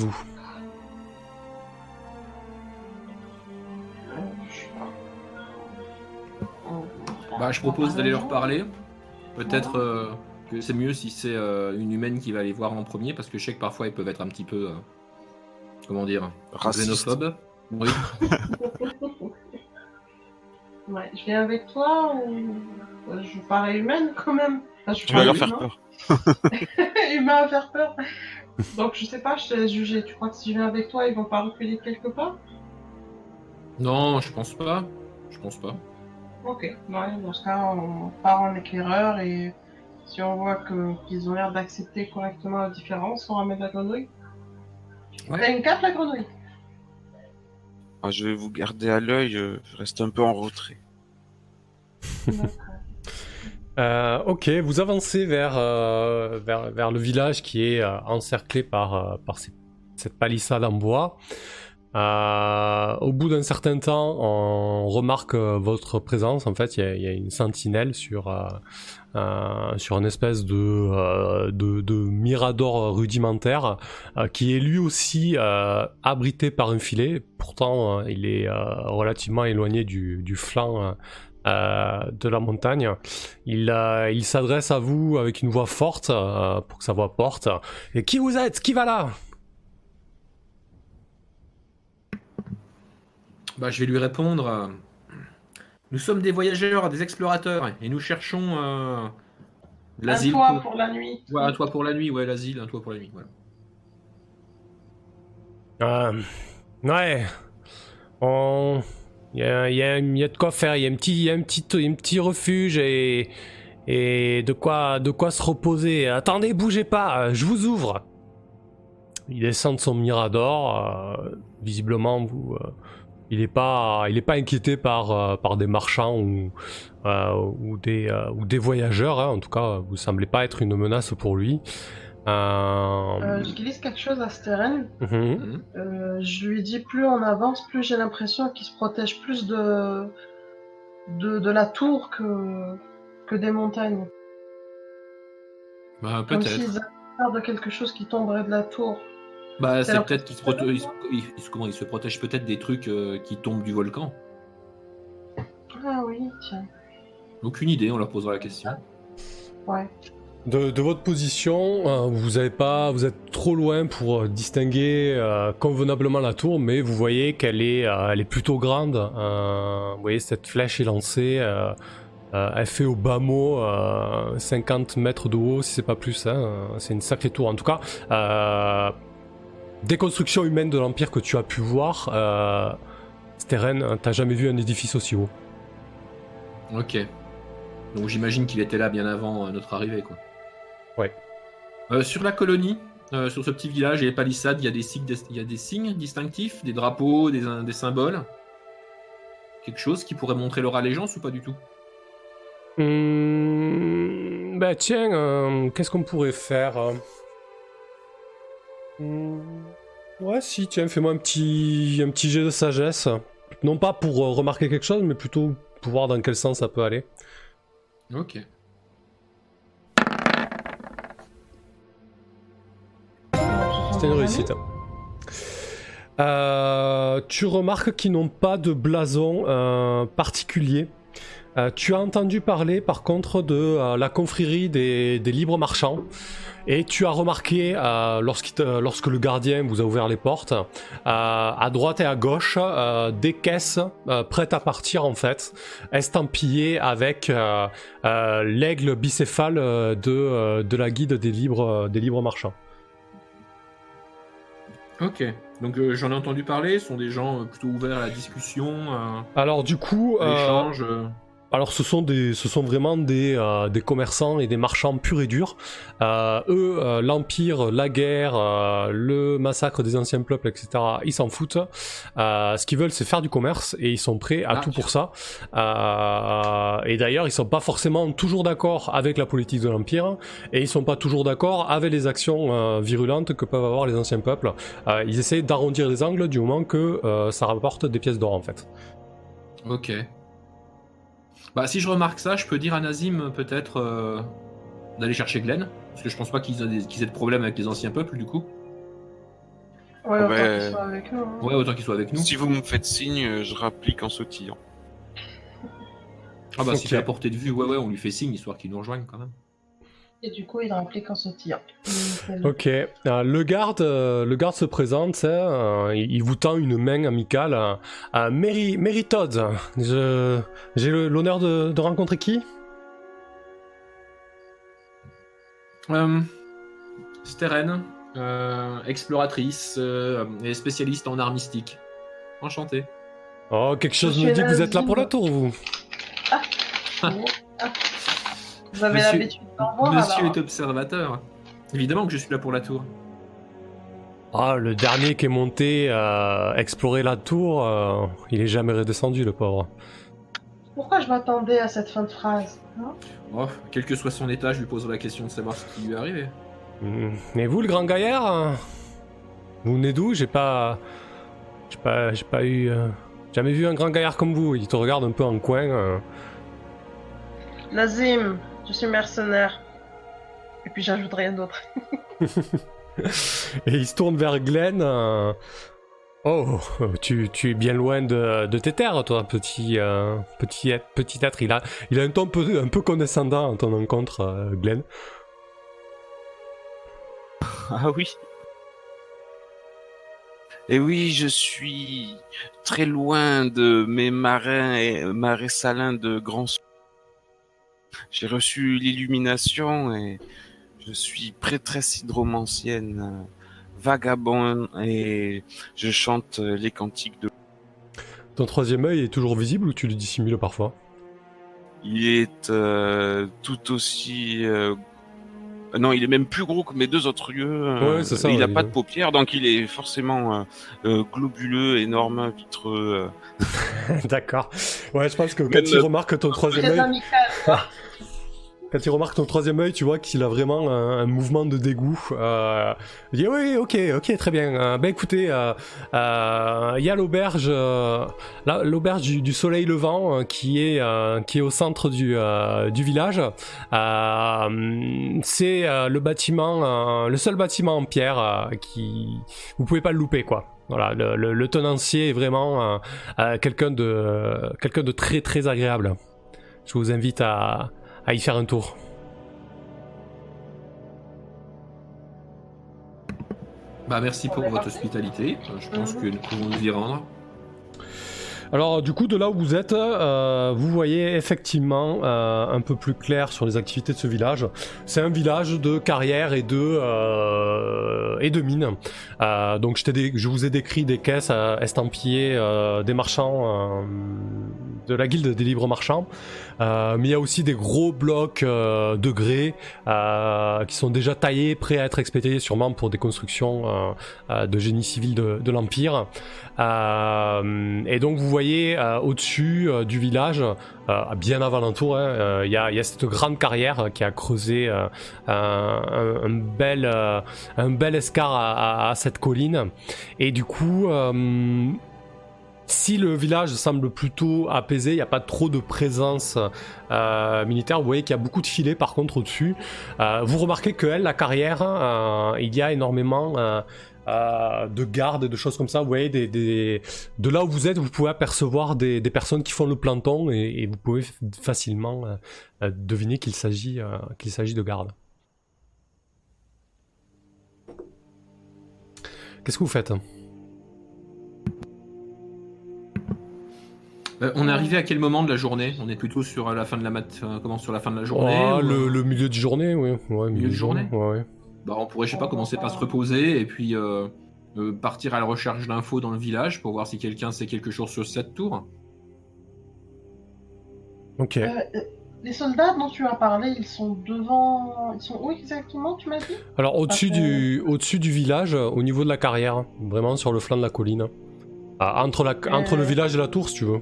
Euh, je sais pas. On- Bah, je on propose parle d'aller aux leur gens. parler. Peut-être euh, que c'est mieux si c'est euh, une humaine qui va les voir en premier, parce que je sais que parfois ils peuvent être un petit peu, euh, comment dire, Raciste. xénophobes. Oui. Ouais, je viens avec toi ou euh, je parais humaine quand même. Enfin, je Tu vas parais leur faire humain. peur. Humain à faire peur. Donc je sais pas, je te laisse juger. Tu crois que si je viens avec toi, ils vont pas reculer quelque part? Non, je pense pas. Je pense pas. Ok, ouais, dans ce cas, on part en éclaireur et si on voit que qu'ils ont l'air d'accepter correctement la différence, on ramène la grenouille. Ouais. T'as une carte, la grenouille? Ah, je vais vous garder à l'œil, euh, je reste un peu en retrait. Euh, ok, vous avancez vers, euh, vers, vers le village qui est euh, encerclé par, euh, par ces- cette palissade en bois. Euh, au bout d'un certain temps, on remarque euh, votre présence. En fait, il y a- il y, a une sentinelle sur, euh, euh, sur une espèce de, euh, de, de mirador rudimentaire euh, qui est lui aussi euh, abrité par un filet. Pourtant, euh, il est euh, relativement éloigné du, du flanc euh, de la montagne. Il, euh, il s'adresse à vous avec une voix forte euh, pour que sa voix porte. Et qui vous êtes ? Qui va là ? Bah, je vais lui répondre. euh, Nous sommes des voyageurs, des explorateurs, et nous cherchons euh, l'asile. Un toit pour la nuit. Ouais, un toit pour la nuit, ouais, l'asile, un toit pour la nuit, voilà. Euh, ouais. On... Il y a, y, a, y a de quoi faire, il y a un petit, y a un petit, un petit refuge et, et de quoi, de quoi se reposer. Attendez, bougez pas, je vous ouvre. Il descend de son mirador, euh, visiblement vous, euh, il est pas, il est pas inquiété par, euh, par des marchands ou, euh, ou, des, euh, ou des voyageurs, hein. En tout cas vous semblez pas être une menace pour lui. Euh... Euh, je glisse quelque chose à Steren. Mm-hmm. Mmh. Euh, je lui dis plus on avance, plus j'ai l'impression qu'il se protège plus de, de, de la tour que, que des montagnes. Bah, Comme peut-être. s'ils avaient peur de quelque chose qui tomberait de la tour. Bah, C'est c'est la- peut-être qu'il se, prote- il se- il- il se- comment, il se protège peut-être des trucs euh, qui tombent du volcan. Ah oui, tiens. Aucune idée, on leur posera la question. Ouais. De, de votre position, euh, vous avez pas, vous êtes trop loin pour euh, distinguer euh, convenablement la tour, mais vous voyez qu'elle est, euh, elle est plutôt grande. Euh, vous voyez cette flèche est lancée, euh, euh, elle fait au bas mot euh, cinquante mètres de haut, si c'est pas plus. Hein, c'est une sacrée tour. En tout cas, euh, des constructions humaines de l'Empire que tu as pu voir, euh, Steren, t'as jamais vu un édifice aussi haut. Ok. Donc j'imagine qu'il était là bien avant euh, notre arrivée, quoi. Ouais. Euh, sur la colonie, euh, sur ce petit village et les palissades, il y a des signes, il y a des signes distinctifs, des drapeaux, des, des symboles. Quelque chose qui pourrait montrer leur allégeance ou pas du tout? Mmh, bah tiens, euh, qu'est-ce qu'on pourrait faire euh Mmh, ouais, si, tiens, fais-moi un petit, un petit jet de sagesse. Non pas pour euh, remarquer quelque chose, mais plutôt pour voir dans quel sens ça peut aller. Ok. C'était une réussite. Euh, tu remarques qu'ils n'ont pas de blason euh, particulier. Euh, tu as entendu parler par contre de euh, la confrérie des, des libres marchands et tu as remarqué euh, lorsqu'il te- lorsque le gardien vous a ouvert les portes, euh, à droite et à gauche, euh, des caisses euh, prêtes à partir en fait, estampillées avec euh, euh, l'aigle bicéphale euh, de, euh, de la guide des libres, euh, des libres marchands. Ok. Donc euh, j'en ai entendu parler, ce sont des gens euh, plutôt ouverts à la discussion, euh, Alors du coup, à euh, l'échange. euh. alors ce sont des, ce sont vraiment des, euh, des commerçants et des marchands purs et durs. Euh, eux, euh, l'empire, la guerre, euh, le massacre des anciens peuples, et cetera. Ils s'en foutent. Euh, ce qu'ils veulent, c'est faire du commerce et ils sont prêts à Ah, tout tiens. pour ça. Euh, et d'ailleurs, ils sont pas forcément toujours d'accord avec la politique de l'empire et ils sont pas toujours d'accord avec les actions euh, virulentes que peuvent avoir les anciens peuples. Euh, ils essaient d'arrondir les angles du moment que euh, ça rapporte des pièces d'or en fait. Ok. Bah si je remarque ça, je peux dire à Nazim peut-être euh, d'aller chercher Glenn, parce que je pense pas qu'ils aient, des- qu'ils aient de problème avec les anciens peuples du coup. Ouais, autant Ouais. qu'il soit avec nous. hein. Ouais, autant qu'ils soient avec nous. Si vous me faites signe, je rapplique en sautillant. Ah bah si Ok. c'est à portée de vue, ouais ouais, on lui fait signe histoire qu'il nous rejoigne quand même. Et du coup, il réplique en sautillant. Ok, euh, le garde, euh, le garde se présente, hein, euh, il, il vous tend une main amicale. Euh, euh, Mary, Mary Todd, je, j'ai le- l'honneur de, de rencontrer qui? Euh, Steren, euh, exploratrice euh, et spécialiste en arts mystiques. Enchanté. Oh, quelque chose Je me suis dit que vous êtes là pour la Nazim. tour, vous. Ah. Vous avez Monsieur- l'habitude d'en voir Monsieur alors. est observateur. Évidemment que je suis là pour la tour. Ah, le dernier qui est monté euh, explorer la tour, euh, il est jamais redescendu, le pauvre. Pourquoi je m'attendais à cette fin de phrase hein? Oh, quel que soit son état, je lui poserai la question de savoir ce qui lui est arrivé. Hmm, Mais vous, le grand gaillard, hein, vous venez d'où? J'ai pas, j'ai pas, j'ai pas eu, euh, jamais vu un grand gaillard comme vous. Il te regarde un peu en coin. euh. Nazim, je suis mercenaire. Et puis j'ajoute rien d'autre. Et il se tourne vers Glenn. euh, Oh, tu, tu es bien loin de, de tes terres, toi, petit, euh, petit, être- petit être. Il a, il a un ton un peu, un peu condescendant en ton encontre, euh, Glenn. Ah oui. Et oui, je suis très loin de mes marins et marais salins de Grand Sud. J'ai reçu l'illumination et je suis prêtresse hydromancienne, vagabond, et je chante les cantiques de... Ton troisième œil est toujours visible ou tu le dissimules parfois? Il est euh, tout aussi... Euh... Non, il est même plus gros que mes deux autres yeux. Ouais, c'est ça, il n'a ouais, pas il- de paupières, donc il est forcément euh, euh, globuleux, énorme, vitreux. Euh... D'accord. Ouais, je pense que quand Même, il euh, remarque ton troisième Très œil, amical, quoi. quand il remarque ton troisième œil, tu vois qu'il a vraiment un, un mouvement de dégoût. Euh, il dit oui, ok, ok, très bien. Euh, ben écoutez, euh, euh, il y a l'auberge, euh, la- l'auberge du, du Soleil Levant euh, qui est euh, qui est au centre du euh, du village. Euh, c'est euh, le bâtiment, euh, le seul bâtiment en pierre euh, qui vous pouvez pas le louper quoi. Voilà, le, le, le tenancier est vraiment euh, euh, quelqu'un de quelqu'un de très très agréable. Je vous invite à à y faire un tour. Bah merci pour On est votre parti. hospitalité. Euh, Je pense Mhm. que nous pouvons nous y rendre. Alors du coup de là où vous êtes, euh, vous voyez effectivement euh, un peu plus clair sur les activités de ce village. C'est un village de carrière et de euh, et de mines. Euh, donc je, t'ai dé- je vous ai décrit des caisses euh, estampillées euh, des marchands euh, de la guilde des libres marchands. Euh, mais il y a aussi des gros blocs euh, de grès euh, qui sont déjà taillés, prêts à être expédiés sûrement pour des constructions euh, euh, de génie civil de, de l'Empire. Euh, et donc vous voyez euh, au-dessus euh, du village, euh, bien avant l'entour, il hein, euh, y, a, y a cette grande carrière qui a creusé euh, un, un, un bel, euh, un bel escar à, à, à cette colline. Et du coup... Euh, si le village semble plutôt apaisé, il n'y a pas trop de présence euh, militaire, vous voyez qu'il y a beaucoup de filets par contre au-dessus. Euh, vous remarquez que elle, la carrière, euh, il y a énormément euh, euh, de gardes et de choses comme ça. Vous voyez, des, des... de là où vous êtes, vous pouvez apercevoir des, des personnes qui font le planton et, et vous pouvez f- facilement euh, deviner qu'il s'agit, euh, qu'il s'agit de gardes. Qu'est-ce que vous faites ? Euh, on est arrivé à quel moment de la journée? On est plutôt sur la fin de la mat... euh, comment sur la fin de la journée Ah, ou, le, euh, le milieu de journée, oui. Ouais, milieu de journée ouais, ouais. Bah, on pourrait, je sais pas, commencer par se reposer et puis euh, euh, partir à la recherche d'infos dans le village pour voir si quelqu'un sait quelque chose sur cette tour. Ok. Euh, euh, les soldats dont tu as parlé, ils sont devant... Ils sont où exactement, tu m'as dit? Alors au-dessus Parce que- du, au-dessus du village, euh, au niveau de la carrière, vraiment sur le flanc de la colline. Ah, entre, la, entre le village et la tour, si tu veux.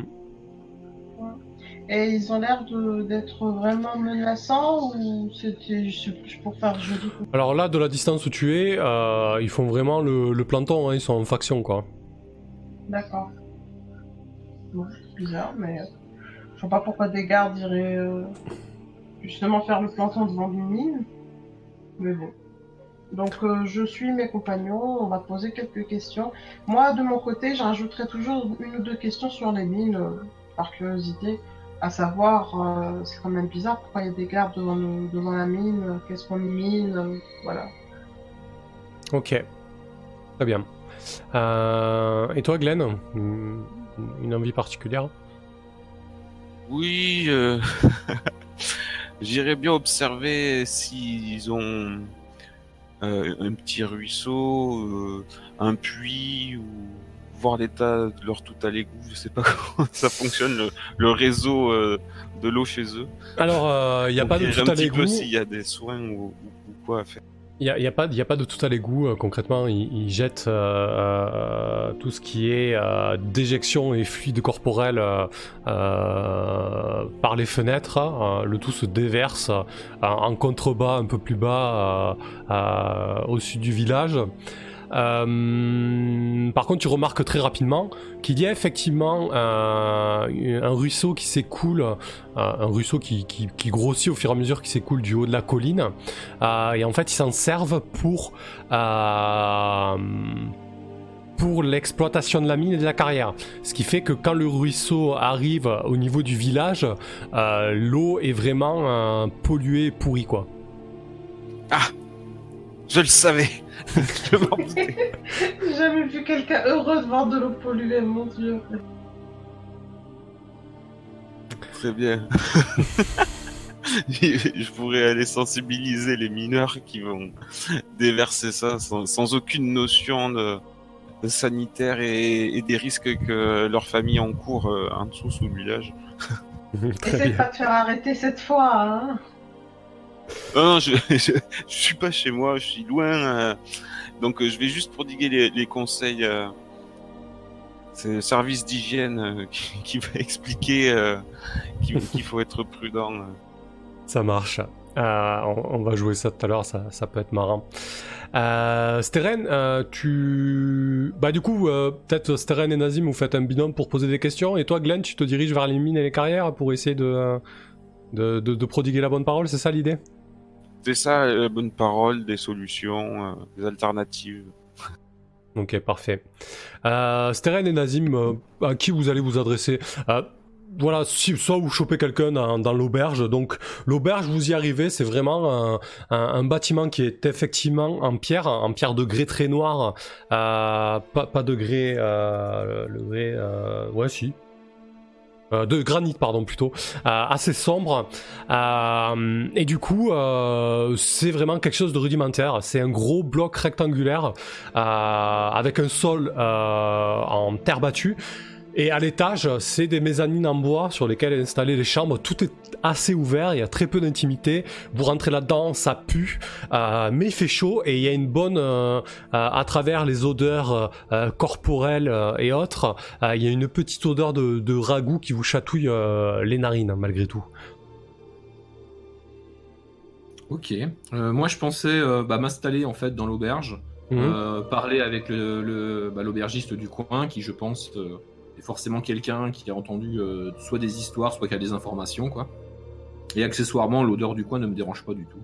Et ils ont l'air de- d'être vraiment menaçants ou c'était juste pour faire joli? Alors là, de la distance où tu es, euh, ils font vraiment le, le planton, hein, ils sont en faction, quoi. D'accord. Bon, c'est bizarre, mais euh, je vois pas pourquoi des gardes iraient euh, justement faire le planton devant une mine. Mais bon. Donc euh, je suis mes compagnons, on va poser quelques questions. Moi, de mon côté, j'ajouterai toujours une ou deux questions sur les mines, euh, par curiosité. À savoir, euh, c'est quand même bizarre, pourquoi il y a des gardes devant, le- devant la mine, euh, qu'est-ce qu'on y mine, euh, voilà. Ok. Très bien. Euh, et toi, Glenn, une, une envie particulière? Oui, euh... j'irais bien observer s'ils ont euh, un petit ruisseau, euh, un puits, ou voir l'état de leur tout à l'égout. Je sais pas comment ça fonctionne, le, le réseau euh, de l'eau chez eux. Alors, il n'y a Donc, pas de j'irais tout un à petit l'égout. peu s'il y a des soins ou, ou, ou quoi à faire. Il n'y a, y a, pas- y a pas de tout à l'égout, euh, concrètement, ils, ils jettent euh, euh, tout ce qui est euh, déjection et fluide corporel euh, euh, par les fenêtres, euh, le tout se déverse euh, en contrebas un peu plus bas euh, euh, au sud du village. Euh, par contre, tu remarques très rapidement qu'il y a effectivement euh, un ruisseau qui s'écoule, euh, un ruisseau qui, qui, qui grossit au fur et à mesure qu'il s'écoule du haut de la colline. Euh, et en fait, ils s'en servent pour euh, pour l'exploitation de la mine et de la carrière. Ce qui fait que quand le ruisseau arrive au niveau du village, euh, l'eau est vraiment euh, polluée, pourrie, quoi. Ah, Je le savais. Je m'en doutais. J'ai jamais vu quelqu'un heureux de voir de l'eau polluée, mon Dieu. Très bien. Je pourrais aller sensibiliser les mineurs qui vont déverser ça sans, sans aucune notion de, de sanitaire et, et des risques que leur famille encourt euh, en dessous sous le village. Essaye pas de faire arrêter cette fois, hein. Non, non, je, je, je suis pas chez moi, je suis loin. Euh, donc euh, je vais juste prodiguer les, les conseils. Euh, c'est le service d'hygiène euh, qui, qui va expliquer euh, qu'il, qu'il faut être prudent. Euh. Ça marche. Euh, on, on va jouer ça tout à l'heure, ça, ça peut être marrant. Euh, Steren, euh, tu... Bah du coup, euh, peut-être Steren et Nazim, vous faites un binôme pour poser des questions, et toi Glenn, tu te diriges vers les mines et les carrières pour essayer de, de, de, de prodiguer la bonne parole, c'est ça l'idée ? C'est ça, la bonne parole, des solutions, euh, des alternatives. Ok, parfait. Euh, Steren et Nazim, euh, à qui vous allez vous adresser ? euh, Voilà, si, soit vous chopez quelqu'un dans, dans l'auberge, donc l'auberge, vous y arrivez, c'est vraiment un, un, un bâtiment qui est effectivement en pierre, en pierre de grès très noir, euh, pas, pas de grès, euh, le grès, euh, ouais si, euh, de granit pardon plutôt, euh, assez sombre, euh, et du coup euh, c'est vraiment quelque chose de rudimentaire, c'est un gros bloc rectangulaire euh, avec un sol euh, en terre battue. Et à l'étage, c'est des mezzanines en bois sur lesquelles est installées les chambres. Tout est assez ouvert, il y a très peu d'intimité. Vous rentrez là-dedans, ça pue, euh, mais il fait chaud et il y a une bonne, euh, euh, à travers les odeurs euh, corporelles euh, et autres, euh, il y a une petite odeur de, de ragoût qui vous chatouille euh, les narines malgré tout. Ok. Euh, moi, je pensais euh, bah, m'installer en fait dans l'auberge, mmh. euh, parler avec le, le, bah, l'aubergiste du coin, qui je pense euh, est forcément quelqu'un qui a entendu euh, soit des histoires, soit qui a des informations, quoi. Et accessoirement, l'odeur du coin ne me dérange pas du tout.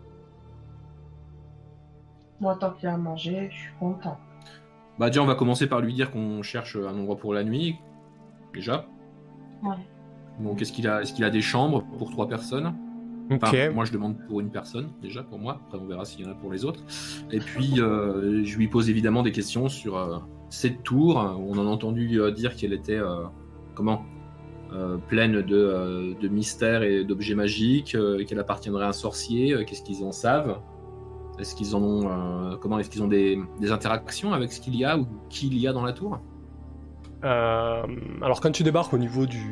Moi, tant qu'il y a à manger, je suis content. Bah déjà, on va commencer par lui dire qu'on cherche un endroit pour la nuit, déjà. Ouais. Donc, est-ce qu'il a, est-ce qu'il a des chambres pour trois personnes ? Enfin, Ok. moi je demande pour une personne déjà pour moi, après on verra s'il y en a pour les autres. Et puis euh, je lui pose évidemment des questions sur euh, cette tour. On en a entendu euh, dire qu'elle était euh, comment euh, pleine de, euh, de mystères et d'objets magiques, euh, qu'elle appartiendrait à un sorcier. Euh, qu'est-ce qu'ils en savent ? Est-ce qu'ils en ont euh, comment est-ce qu'ils ont des, des interactions avec ce qu'il y a ou qu'il y a dans la tour ? Euh, alors quand tu débarques au niveau du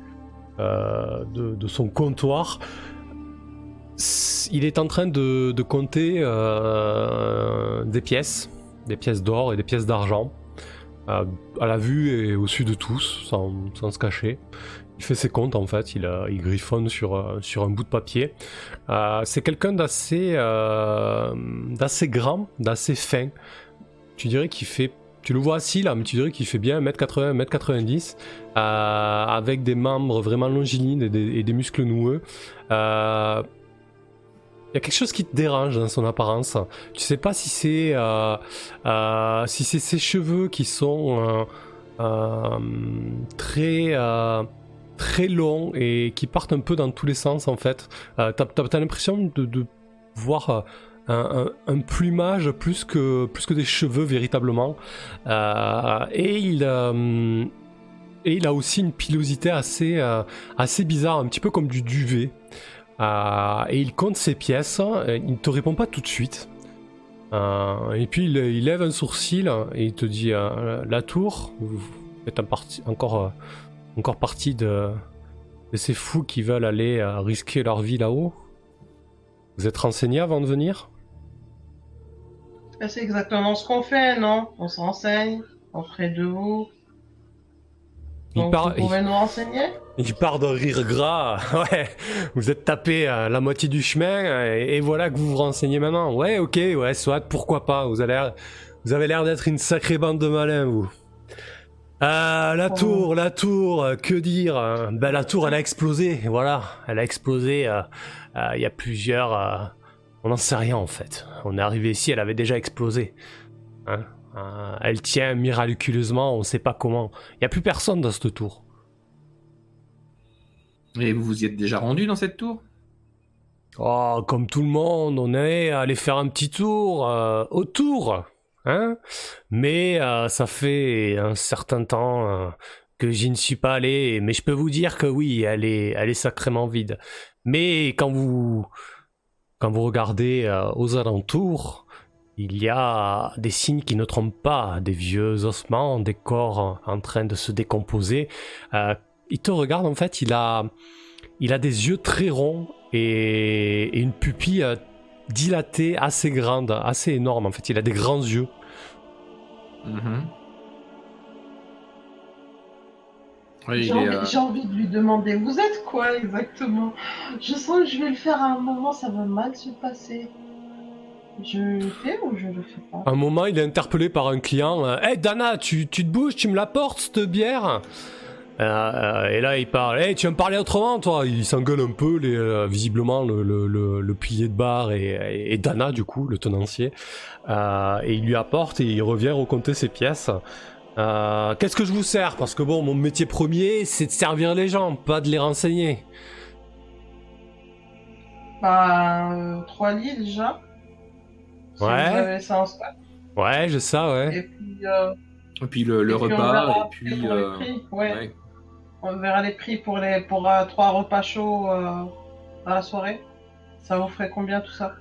euh, de, de son comptoir, il est en train de, de compter euh, des pièces, des pièces d'or et des pièces d'argent, euh, à la vue et au su de tous, sans, sans se cacher. Il fait ses comptes en fait, il, a, il griffonne sur, sur un bout de papier. Euh, c'est quelqu'un d'assez, euh, d'assez grand, d'assez fin. Tu dirais qu'il fait... Tu le vois assis là, mais tu dirais qu'il fait bien un mètre quatre-vingts, un mètre quatre-vingt-dix, euh, avec des membres vraiment longilignes et des, et des muscles noueux. Euh, Il y a quelque chose qui te dérange dans son apparence. Tu sais pas si c'est euh, euh, si c'est ses cheveux qui sont euh, euh, très euh, très longs et qui partent un peu dans tous les sens en fait. Euh, t'as, t'as, t'as l'impression de, de voir un, un, un plumage plus que plus que des cheveux véritablement. Euh, et il euh, et il a aussi une pilosité assez euh, assez bizarre, un petit peu comme du duvet. Euh, et il compte ses pièces, il ne te répond pas tout de suite. Euh, et puis il, il lève un sourcil et il te dit euh, la tour, vous êtes un parti, encore, euh, encore partie de, de ces fous qui veulent aller euh, risquer leur vie là-haut. Vous êtes renseigné avant de venir ? C'est exactement ce qu'on fait, non ? On se renseigne auprès de vous. Donc, part, vous pouvez il, nous renseigner ? Il part d'un rire gras. Ouais, vous êtes tapé à la moitié du chemin et, et voilà que vous vous renseignez maintenant. Ouais, ok, ouais, soit, pourquoi pas. Vous avez l'air, vous avez l'air d'être une sacrée bande de malins, vous. Ah, la tour, la tour, que dire ? Ben, la tour, elle a explosé, voilà. Elle a explosé. Il euh, euh, y a plusieurs... Euh, on n'en sait rien, en fait. On est arrivé ici, elle avait déjà explosé. Hein ? Euh, elle tient miraculeusement, on sait pas comment. Il y a plus personne dans cette tour. Et vous vous y êtes déjà rendu dans cette tour ? Oh, comme tout le monde, on est allé faire un petit tour euh, autour, hein. Mais euh, ça fait un certain temps euh, que j'y ne suis pas allé. Mais je peux vous dire que oui, elle est, elle est sacrément vide. Mais quand vous, quand vous regardez euh, aux alentours, il y a des signes qui ne trompent pas, des vieux ossements, des corps en train de se décomposer. Euh, il te regarde, en fait, il a, il a des yeux très ronds et, et une pupille euh, dilatée, assez grande, assez énorme. En fait, il a des grands yeux. Mm-hmm. Oui, J'ai il est, envie, euh, j'ai envie de lui demander, vous êtes quoi exactement? Je sens que je vais le faire à un moment, ça va mal se passer. Je le fais ou je le fais pas? À un moment, il est interpellé par un client. « Hey Dana, tu, tu te bouges, tu me l'apportes cette bière ?» Euh, euh, et là il parle, hey, tu vas me parler autrement toi. Il s'engueule un peu, les, euh, visiblement le, le, le, le pilier de bar et, et, et Dana du coup, le tenancier, euh, et il lui apporte et il revient recompter ses pièces. Euh, qu'est-ce que je vous sers? Parce que bon, mon métier premier c'est de servir les gens, pas de les renseigner. Bah, euh, trois lits déjà. Si Ouais. vous avez ça en stock. Ouais, j'ai ça, ouais. Et puis, euh, et puis le, le et puis on repas, verra et puis... pour les euh, prix, ouais. ouais. On verra les prix pour les pour euh, trois repas chauds euh, à la soirée. Ça vous ferait combien tout ça?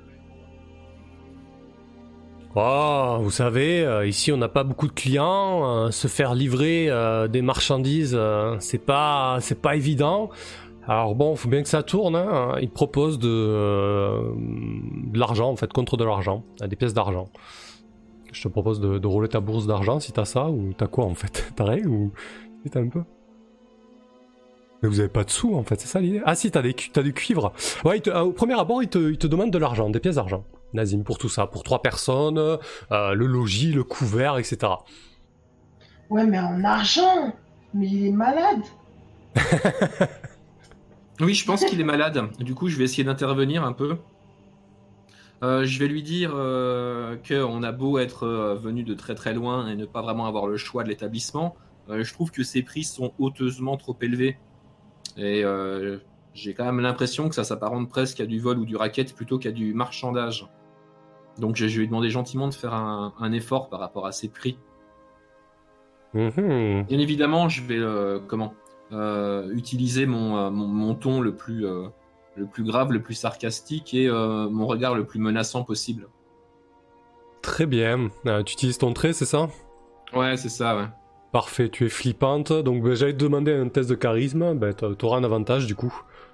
Oh, vous savez, euh, ici on n'a pas beaucoup de clients. Euh, se faire livrer euh, des marchandises, euh, c'est pas, c'est pas évident. Alors bon, faut bien que ça tourne. Hein. Il te propose de, euh, de l'argent en fait, contre de l'argent, des pièces d'argent. Je te propose de, de rouler ta bourse d'argent si t'as ça, ou t'as quoi en fait? T'as rien ou si t'as un peu? Mais vous avez pas de sous en fait, c'est ça l'idée? Ah si, t'as, des, t'as du cuivre. Ouais, il te, euh, au premier abord, il te, il te demande de l'argent, des pièces d'argent. Nazim, pour tout ça, pour trois personnes, euh, le logis, le couvert, et cetera. Ouais, mais en argent! Mais il est malade! Oui, je pense qu'il est malade. Du coup, je vais essayer d'intervenir un peu. Euh, je vais lui dire euh, qu'on a beau être euh, venu de très très loin et ne pas vraiment avoir le choix de l'établissement, euh, je trouve que ses prix sont honteusement trop élevés. Et euh, j'ai quand même l'impression que ça s'apparente presque à du vol ou du racket plutôt qu'à du marchandage. Donc je, je vais lui demander gentiment de faire un, un effort par rapport à ses prix. Mmh. Bien évidemment, je vais euh, comment euh, utiliser mon, euh, mon, mon ton le plus, euh, le plus grave, le plus sarcastique et euh, mon regard le plus menaçant possible. Très bien. Euh, tu utilises ton trait, c'est ça? Ouais, c'est ça, ouais. Parfait, tu es flippante. Donc bah, j'allais te demander un test de charisme. Bah, t'auras un avantage du coup.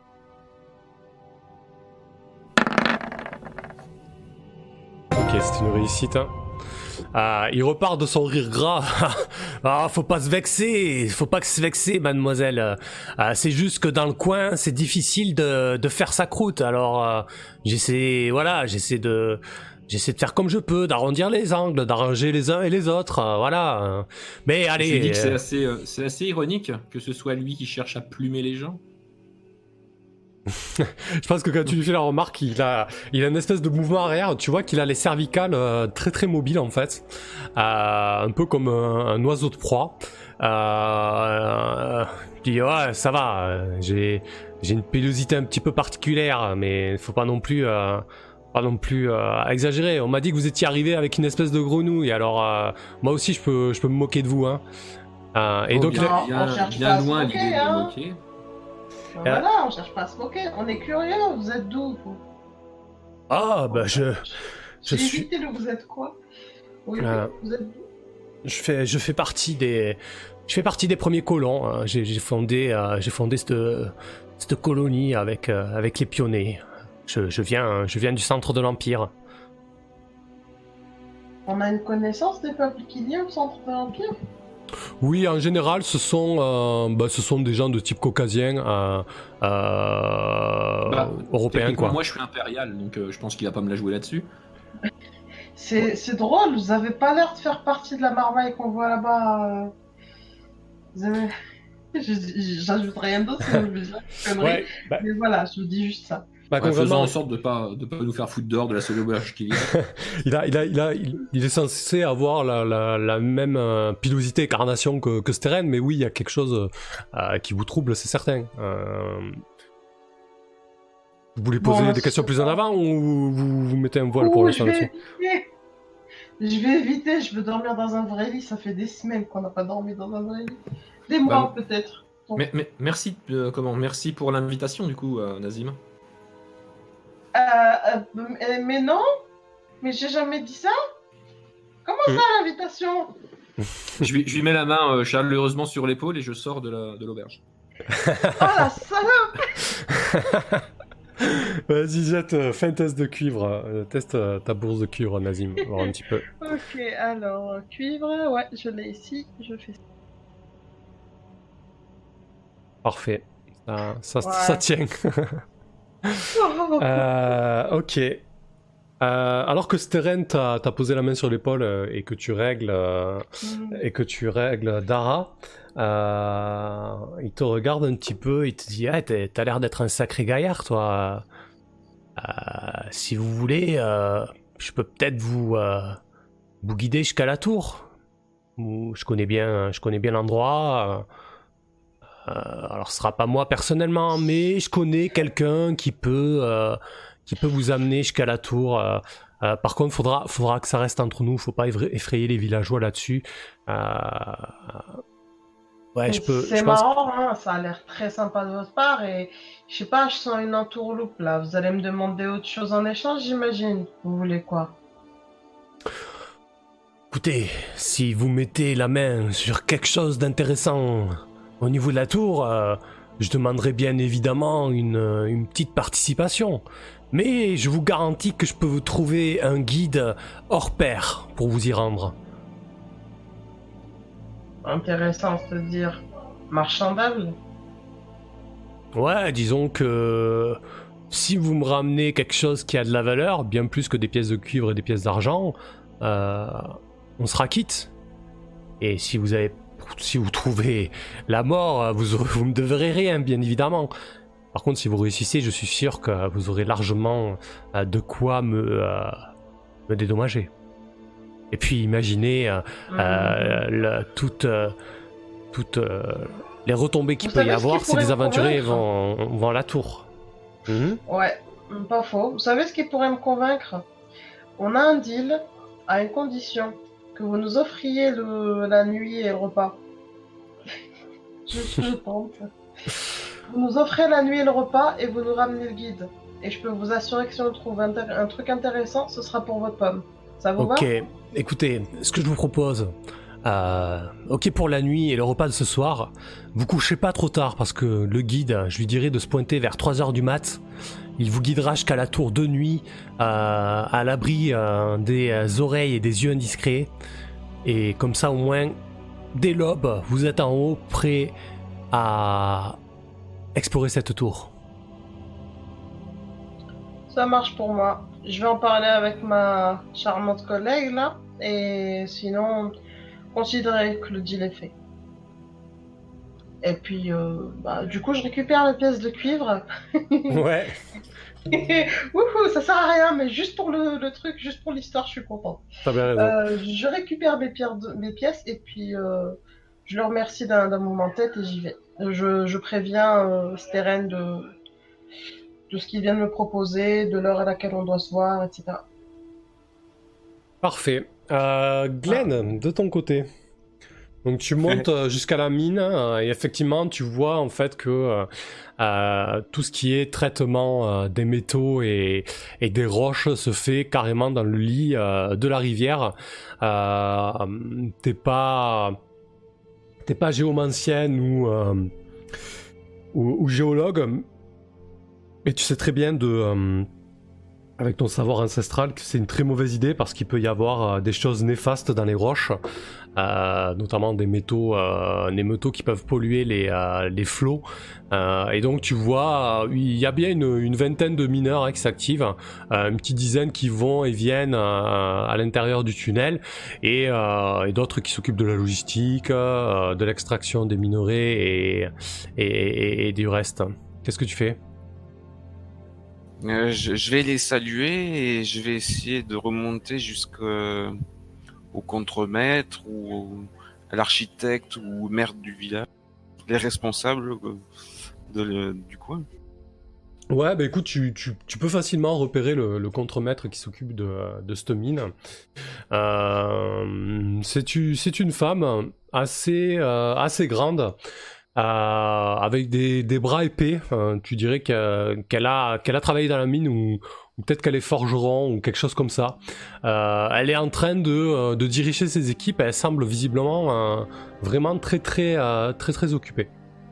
Ok, c'est une réussite. Hein. Ah, il repart de son rire gras. Ah, faut pas se vexer, faut pas que se vexer, mademoiselle. Ah, c'est juste que dans le coin, c'est difficile de, de faire sa croûte. Alors, euh, j'essaie, voilà, j'essaie de, j'essaie de faire comme je peux, d'arrondir les angles, d'arranger les uns et les autres. Euh, voilà. Mais allez. Je lui dis que c'est euh, assez, euh, c'est assez ironique que ce soit lui qui cherche à plumer les gens. Je pense que quand tu lui fais la remarque, il a, il a une espèce de mouvement arrière. Tu vois qu'il a les cervicales euh, très très mobiles en fait, euh, un peu comme un, un oiseau de proie. Euh, je dis ouais, ça va. euh, J'ai, j'ai une pilosité un petit peu particulière, mais faut pas non plus, euh, pas non plus euh, exagérer. On m'a dit que vous étiez arrivé avec une espèce de grenouille. Alors euh, moi aussi, je peux, je peux me moquer de vous, hein. Euh, et Oh, donc bien, Non, bien, on cherche bien pas à se loin moquer, l'idée de hein. me moquer. Ben voilà, on cherche pas à se moquer. On est curieux, vous êtes d'où vous? ah bah je, je J'ai suis. évité le vous êtes quoi? Oui, Euh, oui, vous êtes d'où? Je fais, je fais partie des, je fais partie des premiers colons. Hein. J'ai, j'ai fondé, euh, j'ai fondé cette, cette colonie avec, euh, avec les pionniers. Je, je viens, je viens du centre de l'empire. On a une connaissance des peuples qu'il y a au centre de l'Empire? Oui, en général, ce sont, euh, bah, ce sont des gens de type caucasien, euh, euh, Bah, européen techniquement, quoi. moi, je suis impérial, donc euh, je pense qu'il va pas me la jouer là-dessus. C'est c'est drôle, vous avez pas l'air de faire partie de la marmaille qu'on voit là-bas. euh. Vous avez... Je- J'ajoute rien d'autre, sinon je vais dire une connerie. Ouais, bah, Mais voilà, je vous dis juste ça. bah, Ouais, faisons concrètement, en sorte de pas de pas nous faire foutre dehors de la seule auberge qui vient. il a, il a, il a, il, il est censé avoir la, la, la même euh, pilosité et carnation que, que Steren, mais oui, il y a quelque chose euh, qui vous trouble, c'est certain. Euh, Vous voulez poser Bon, des questions plus en avant ou vous, vous mettez un voile Ouh, pour je l'instant vais là-dessus? éviter. Je vais éviter, je veux dormir dans un vrai lit. Ça fait des semaines qu'on n'a pas dormi dans un vrai lit. Des mois Bah, peut-être. Donc, mais, mais merci, euh, comment, merci pour l'invitation du coup, euh, Nazim. euh, euh, mais- mais non, mais j'ai jamais dit ça. Comment Hmm. ça l'invitation? Je lui, je lui mets la main euh, chaleureusement sur l'épaule et je sors de la- de l'auberge. Oh la salope! Vas-y, jette, euh, fais un test de cuivre. euh, teste euh, ta bourse de cuivre, Nazim, voir un petit peu. Ok, alors, cuivre, ouais, je l'ai ici, je fais ça. Parfait. Ça, ça, Ouais. ça tient. Euh, ok. Euh, alors que Steren t'a t'a posé la main sur l'épaule euh, et que tu règles euh, Mm. et que tu règles Dara, euh, il te regarde un petit peu, il te dit ah, t'es- t'as l'air d'être un sacré gaillard, toi. Euh, si vous voulez, euh, je peux peut-être vous euh, vous guider jusqu'à la tour. Ou- Je connais bien, je connais bien l'endroit. Euh, alors, ce sera pas moi personnellement, mais je connais quelqu'un qui peut, euh, qui peut vous amener jusqu'à la tour. Euh, euh, par contre, faudra, faudra que ça reste entre nous. Faut pas effra- effrayer les villageois là-dessus. Euh, ouais, je peux. C'est Je pense. marrant, hein, ça a l'air très sympa de votre part et je sais pas, je sens une entourloupe là. Vous allez me demander autre chose en échange, j'imagine. Vous voulez quoi? Écoutez, si vous mettez la main sur quelque chose d'intéressant au niveau de la tour, euh, je demanderai bien évidemment une, une petite participation. Mais je vous garantis que je peux vous trouver un guide hors pair pour vous y rendre. Intéressant, c'est-à-dire marchandable? Ouais, disons que si vous me ramenez quelque chose qui a de la valeur, bien plus que des pièces de cuivre et des pièces d'argent, euh, on sera quitte. Et si vous avez, si vous trouvez la mort, vous, aurez- vous me devrez rien, bien évidemment. Par contre, si vous réussissez, je suis sûr que vous aurez largement euh, de quoi me, euh, me dédommager. Et puis, imaginez euh, Mhm. euh, le- toutes, euh, toutes euh, les retombées qu'il Vous peut y savez ce qui avoir si pourrait des me aventuriers convaincre vont, vont à la tour. Mhm. Ouais, mm, pas faux. Vous savez ce qui pourrait me convaincre? On a un deal à une condition que vous nous offriez le, la nuit et le repas. je, je tente. Vous nous offrez la nuit et le repas et vous nous ramenez le guide. Et je peux vous assurer que si on trouve un, un truc intéressant, ce sera pour votre pomme. Ça vous Ok, va? écoutez, ce que je vous propose, euh, ok pour la nuit et le repas de ce soir, vous couchez pas trop tard parce que le guide, je lui dirai de se pointer vers trois heures du mat. Il vous guidera jusqu'à la tour de nuit, euh, à l'abri euh, des euh, oreilles et des yeux indiscrets. Et comme ça, au moins, dès l'aube, vous êtes en haut, prêt à explorer cette tour. Ça marche pour moi. Je vais en parler avec ma charmante collègue là. Et sinon, considérez que le deal est fait. Et puis, euh, bah, du coup, je récupère les pièces de cuivre. Ouais. Wouhou, ça sert à rien, mais juste pour le, le truc, juste pour l'histoire, je suis contente. T'as bien raison. Euh, je récupère mes, pierres de- mes pièces et puis euh, je le remercie d'un d'un mouvement de tête et j'y vais. Je, je préviens euh, Steren de, de ce qu'il vient de me proposer, de l'heure à laquelle on doit se voir, et cetera. Parfait. Euh, Glenn, de ton côté. Donc tu montes euh, jusqu'à la mine euh, et effectivement tu vois en fait que euh, euh, tout ce qui est traitement euh, des métaux et, et des roches se fait carrément dans le lit euh, de la rivière. Euh, t'es pas t'es pas géomancienne ou, euh, ou ou géologue, mais tu sais très bien de euh, avec ton savoir ancestral que c'est une très mauvaise idée parce qu'il peut y avoir euh, des choses néfastes dans les roches. Euh, notamment des métaux, euh, des métaux qui peuvent polluer les, euh, les flots. Euh, et donc tu vois, euh, il y a bien une, une vingtaine de mineurs hein, qui s'activent, euh, une petite dizaine qui vont et viennent euh, à l'intérieur du tunnel, et, euh, et d'autres qui s'occupent de la logistique, euh, de l'extraction des minerais et, et, et, et du reste. Qu'est-ce que tu fais ? Euh, je, je vais les saluer et je vais essayer de remonter jusqu'au contremaître ou à l'architecte ou au maire du village, les responsables de le- du coin. Ouais, bah écoute, tu, tu, tu peux facilement repérer le, le contremaître qui s'occupe de, de cette mine. Euh, c'est, une, c'est une femme assez, euh, assez grande, euh, avec des, des bras épais. Euh, tu dirais que, qu'elle, a, qu'elle a travaillé dans la mine ou, ou peut-être qu'elle est forgeron ou quelque chose comme ça. Euh, elle est en train de, de diriger ses équipes. Elle semble visiblement euh, vraiment très très, euh, très très occupée.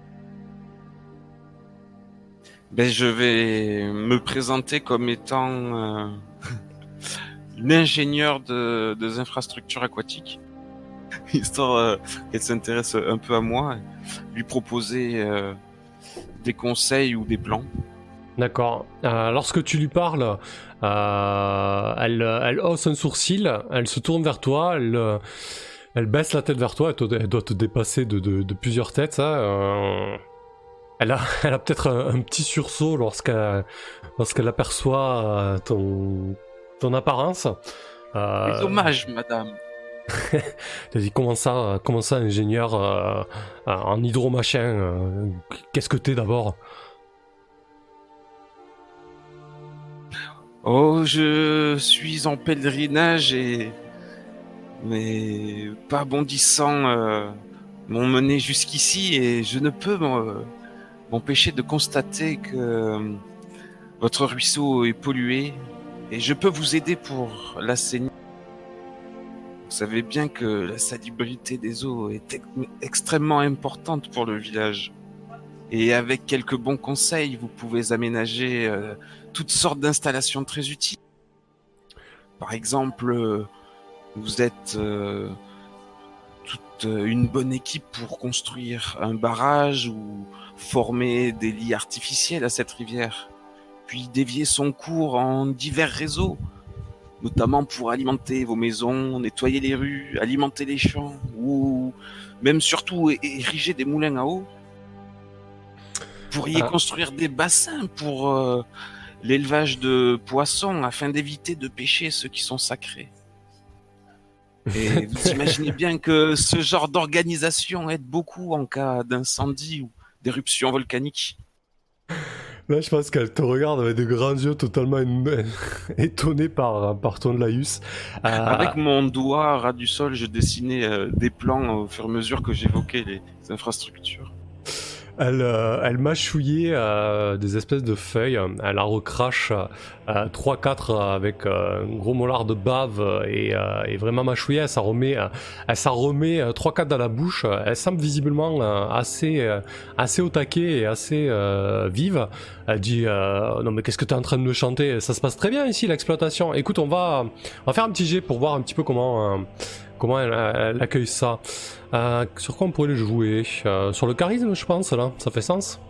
Ben, je vais me présenter comme étant euh, une ingénieure de, des infrastructures aquatiques, histoire euh, qu'elle s'intéresse un peu à moi, lui proposer euh, des conseils ou des plans. D'accord. Euh, lorsque tu lui parles, euh, elle, elle hausse un sourcil, elle se tourne vers toi, elle, elle baisse la tête vers toi, elle, te, elle doit te dépasser de, de, de plusieurs têtes, ça. Euh, elle a, elle a peut-être un, un petit sursaut lorsqu'elle, lorsqu'elle aperçoit euh, ton, ton apparence. Euh... C'est dommage, madame. T'as dit comment ça, comment ça, ingénieur euh, en hydromachin euh, qu'est-ce que t'es d'abord? Oh, je suis en pèlerinage et mes pas bondissants euh, m'ont mené jusqu'ici et je ne peux m'empêcher de constater que euh, votre ruisseau est pollué et je peux vous aider pour l'assainir. Vous savez bien que la salubrité des eaux est ex- extrêmement importante pour le village. Et avec quelques bons conseils, vous pouvez aménager euh, toutes sortes d'installations très utiles. Par exemple, euh, vous êtes euh, toute une bonne équipe pour construire un barrage ou former des lits artificiels à cette rivière, puis dévier son cours en divers réseaux, notamment pour alimenter vos maisons, nettoyer les rues, alimenter les champs, ou même surtout ériger des moulins à eau. Vous pourriez ah. construire des bassins pour euh, l'élevage de poissons afin d'éviter de pêcher ceux qui sont sacrés. Et vous imaginez bien que ce genre d'organisation aide beaucoup en cas d'incendie ou d'éruption volcanique. Là, je pense qu'elle te regarde avec des grands yeux totalement étonnés par, par ton laïus. Euh... Avec mon doigt ras du sol, je dessinais euh, des plans au fur et à mesure que j'évoquais les infrastructures. Elle, euh, elle mâchouillait euh, des espèces de feuilles, elle en recrache euh, trois quatre avec euh, un gros molar de bave et, euh, et vraiment mâchouillée, elle s'en remet, euh, elle s'en remet euh, trois quatre dans la bouche, elle semble visiblement euh, assez, euh, assez au taquet et assez euh, vive. Elle dit euh, non mais qu'est-ce que tu es en train de me chanter, ça se passe très bien ici l'exploitation, écoute on va, on va faire un petit jet pour voir un petit peu comment... Euh, Comment elle, elle accueille ça. Euh, sur quoi on pourrait le jouer euh, Sur le charisme, je pense, là. Ça fait sens.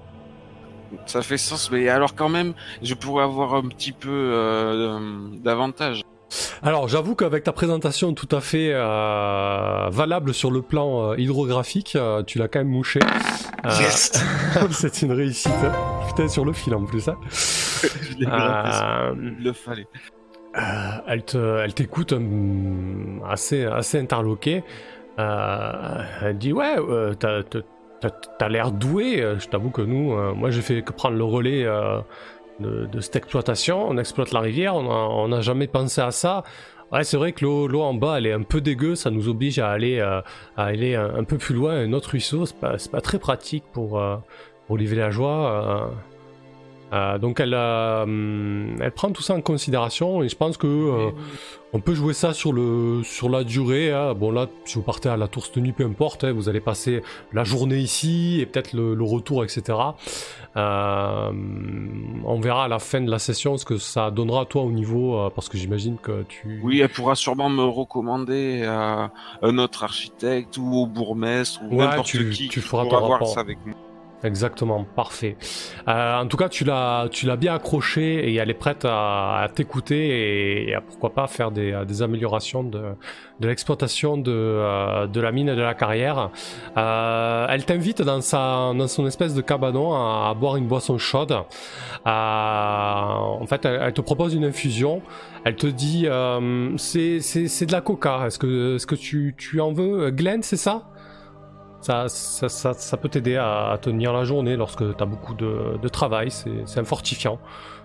Ça fait sens, mais alors quand même, je pourrais avoir un petit peu euh, d'avantage. Alors, j'avoue qu'avec ta présentation tout à fait euh, valable sur le plan euh, hydrographique, euh, tu l'as quand même mouché. Euh, yes. C'est une réussite. Putain, sur le fil en plus. Hein. Je l'ai euh, Il le fallait. Euh, elle, te, elle t'écoute um, assez, assez interloquée. Euh, elle dit ouais, euh, t'as, t'as, t'as l'air doué. Je t'avoue que nous, euh, moi j'ai fait que prendre le relais euh, de, de cette exploitation. On exploite la rivière, on n'a jamais pensé à ça. Ouais, c'est vrai que l'eau, l'eau en bas elle est un peu dégueu, ça nous oblige à aller, euh, à aller un, un peu plus loin. Un autre ruisseau, c'est pas, c'est pas très pratique pour, euh, pour les villageois. Euh, Euh, donc elle, euh, elle prend tout ça en considération et je pense que euh, on peut jouer ça sur, le, sur la durée. Hein. Bon là, si vous partez à la tour de nuit, peu importe, hein, vous allez passer la journée ici et peut-être le, le retour, et cetera. Euh, on verra à la fin de la session ce que ça donnera à toi au niveau, euh, parce que j'imagine que tu... Oui, elle pourra sûrement me recommander à un autre architecte ou au bourgmestre ou ouais, n'importe tu, qui tu qui feras pourra ton voir rapport. ça avec moi. Exactement, parfait. Euh, en tout cas, tu l'as, tu l'as bien accrochée et elle est prête à, à t'écouter et, et à pourquoi pas faire des, des améliorations de, de l'exploitation de, euh, de la mine et de la carrière. Euh, elle t'invite dans, sa, dans son espèce de cabanon à, à boire une boisson chaude. Euh, en fait, elle, elle te propose une infusion. Elle te dit, euh, c'est, c'est, c'est de la coca. Est-ce que, est-ce que tu, tu en veux, Glenn, c'est ça ? Ça, ça, ça, ça peut t'aider à, à tenir la journée lorsque tu as beaucoup de, de travail, c'est, c'est un fortifiant.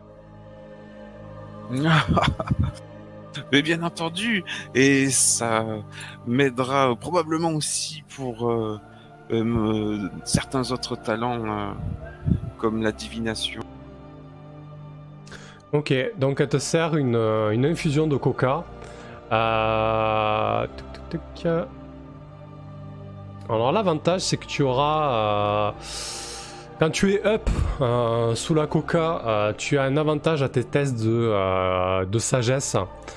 Mais bien entendu, et ça m'aidera probablement aussi pour euh, euh, me- certains autres talents euh, comme la divination. Ok, donc elle te sert une, euh, une infusion de coca. Euh... tic, tic, tic. Alors l'avantage c'est que tu auras... euh, Quand tu es up euh, sous la coca, euh, tu as un avantage à tes tests de, euh, de sagesse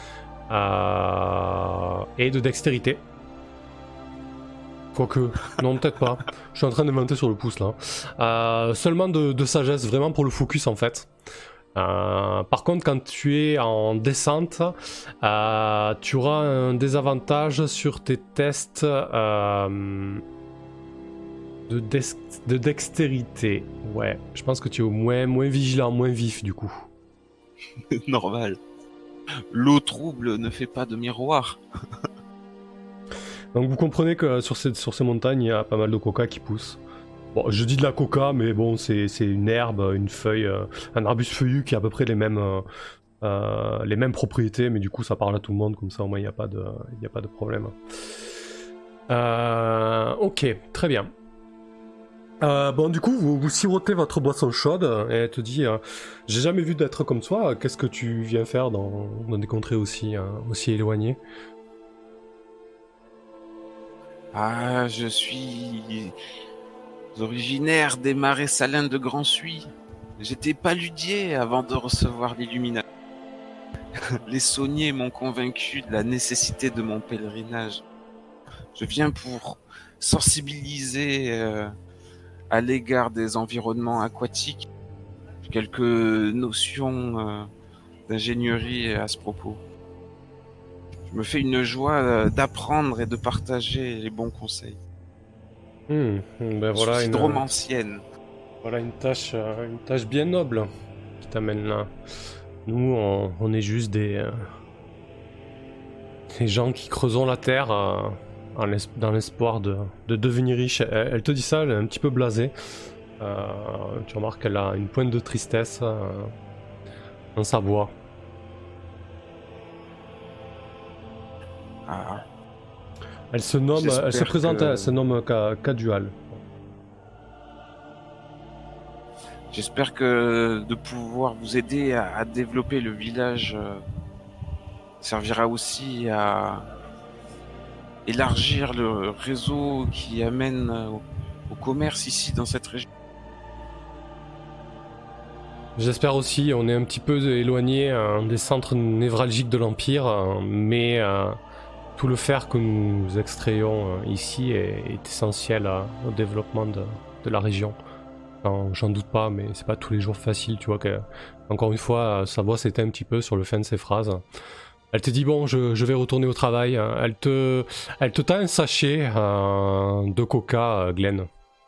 euh, et de dextérité. Quoique, non peut-être pas. Je suis en train de monter sur le pouce là. Euh, seulement de, de sagesse, vraiment pour le focus en fait. Euh, par contre, quand tu es en descente, euh, tu auras un désavantage sur tes tests euh, de, dex- de dextérité. Ouais, je pense que tu es au moins, moins vigilant, moins vif du coup. Normal. L'eau trouble ne fait pas de miroir. Donc vous comprenez que sur ces, sur ces montagnes, il y a pas mal de coca qui poussent. Bon, je dis de la coca, mais bon, c'est, c'est une herbe, une feuille, euh, un arbuste feuillu qui a à peu près les mêmes, euh, euh, les mêmes propriétés, mais du coup ça parle à tout le monde, comme ça au moins il n'y a pas de, il n'y a pas de problème. Euh, ok, très bien. Euh, bon, du coup, vous, vous sirotez votre boisson chaude et elle te dit euh, j'ai jamais vu d'être comme toi, qu'est-ce que tu viens faire dans, dans des contrées aussi, euh, aussi éloignées? Ah, je suis originaire des marais salins de Grand Suy. J'étais paludier avant de recevoir l'illumination. Les sauniers m'ont convaincu de la nécessité de mon pèlerinage. Je viens pour sensibiliser euh, à l'égard des environnements aquatiques, quelques notions euh, d'ingénierie à ce propos. Je me fais une joie euh, d'apprendre et de partager les bons conseils. Hmm, ben Je voilà suis une, hydromancienne. voilà une tâche, euh, une tâche bien noble qui t'amène là. Nous, on, on est juste des, euh, des gens qui creusons la terre euh, en l'es- dans l'espoir de, de devenir riche. Elle, elle te dit ça, elle est un petit peu blasée. Euh, tu remarques qu'elle a une pointe de tristesse euh, dans sa voix. Ah, Elle se nomme, J'espère elle se présente, que- elle se nomme Ka- Kadual. j'espère que de pouvoir vous aider à, à développer le village euh, servira aussi à élargir le réseau qui amène euh, au, au commerce ici dans cette région. J'espère aussi, on est un petit peu éloigné euh, des centres névralgiques de l'Empire, euh, mais euh, tout le fer que nous extrayons euh, ici est, est essentiel euh, au développement de, de la région. Enfin, j'en doute pas, mais c'est pas tous les jours facile, tu vois. Que, encore une fois, euh, sa voix s'éteint un petit peu sur le fin de ses phrases. Elle te dit bon, je, je vais retourner au travail. Elle te, elle te tend un sachet euh, de coca, euh, Glenn.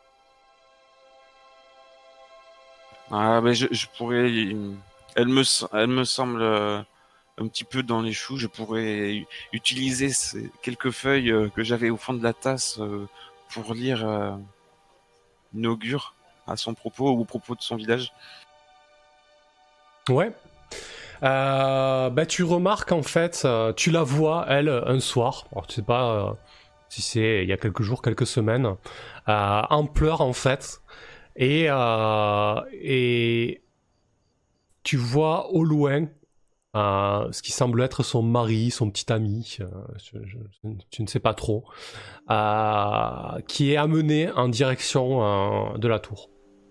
Ah, mais je, je pourrais. Elle me, s- elle me semble euh, un petit peu dans les choux. Je pourrais u- utiliser ces quelques feuilles euh, que j'avais au fond de la tasse euh, pour lire euh, une augure à son propos ou au propos de son village. Ouais. Euh, bah, tu remarques en fait, euh, tu la vois elle un soir. Alors tu sais pas euh, si c'est il y a quelques jours, quelques semaines, euh, en pleurs en fait, et euh, et tu vois au loin euh, ce qui semble être son mari, son petit ami, euh, je, je- je- tu ne sais pas trop, euh, qui est amené en direction euh, de la tour.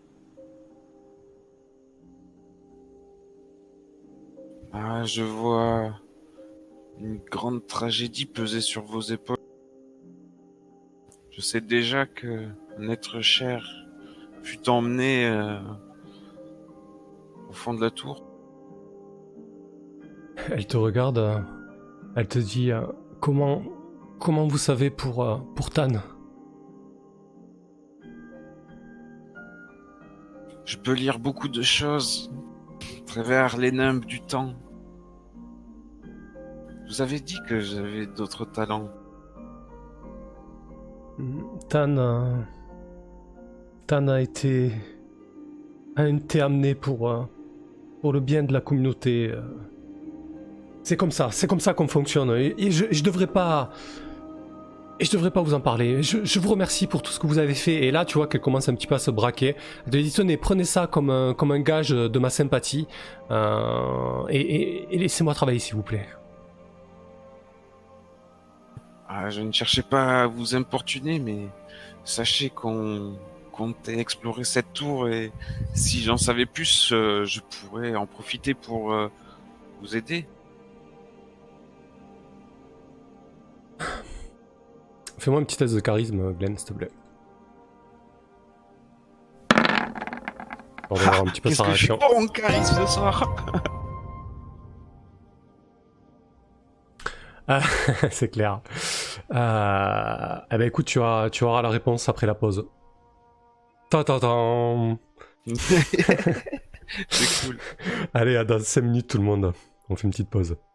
Ah, je vois une grande tragédie peser sur vos épaules. Je sais déjà que un être cher fut emmené euh, au fond de la tour. Elle te regarde, euh, elle te dit euh, comment comment vous savez pour euh, pour Tan? Je peux lire beaucoup de choses à travers les nimbes du temps. Vous avez dit que j'avais d'autres talents. Tan a... Tan a été... a été amené pour, euh, pour le bien de la communauté. euh. C'est comme ça, c'est comme ça qu'on fonctionne. Et, et je, je devrais pas... Et je devrais pas vous en parler. Je, je vous remercie pour tout ce que vous avez fait. Et là, tu vois qu'elle commence un petit peu à se braquer. Elle te dit, tenez, prenez ça comme un, comme un gage de ma sympathie. Euh, et et, et laissez-moi travailler, s'il vous plaît. Ah, je ne cherchais pas à vous importuner, mais sachez qu'on comptait explorer cette tour et si j'en savais plus, euh, je pourrais en profiter pour euh, vous aider. Fais-moi un petit test de charisme, Glenn, s'il te plaît. On va voir un petit peu Qu'est-ce sa que je suis réaction. bon en charisme ce soir. Ah, c'est clair. Euh... Eh ben écoute, tu, as, tu auras la réponse après la pause. Ta-ta-tan. C'est cool. Allez, à dans cinq minutes tout le monde. On fait une petite pause.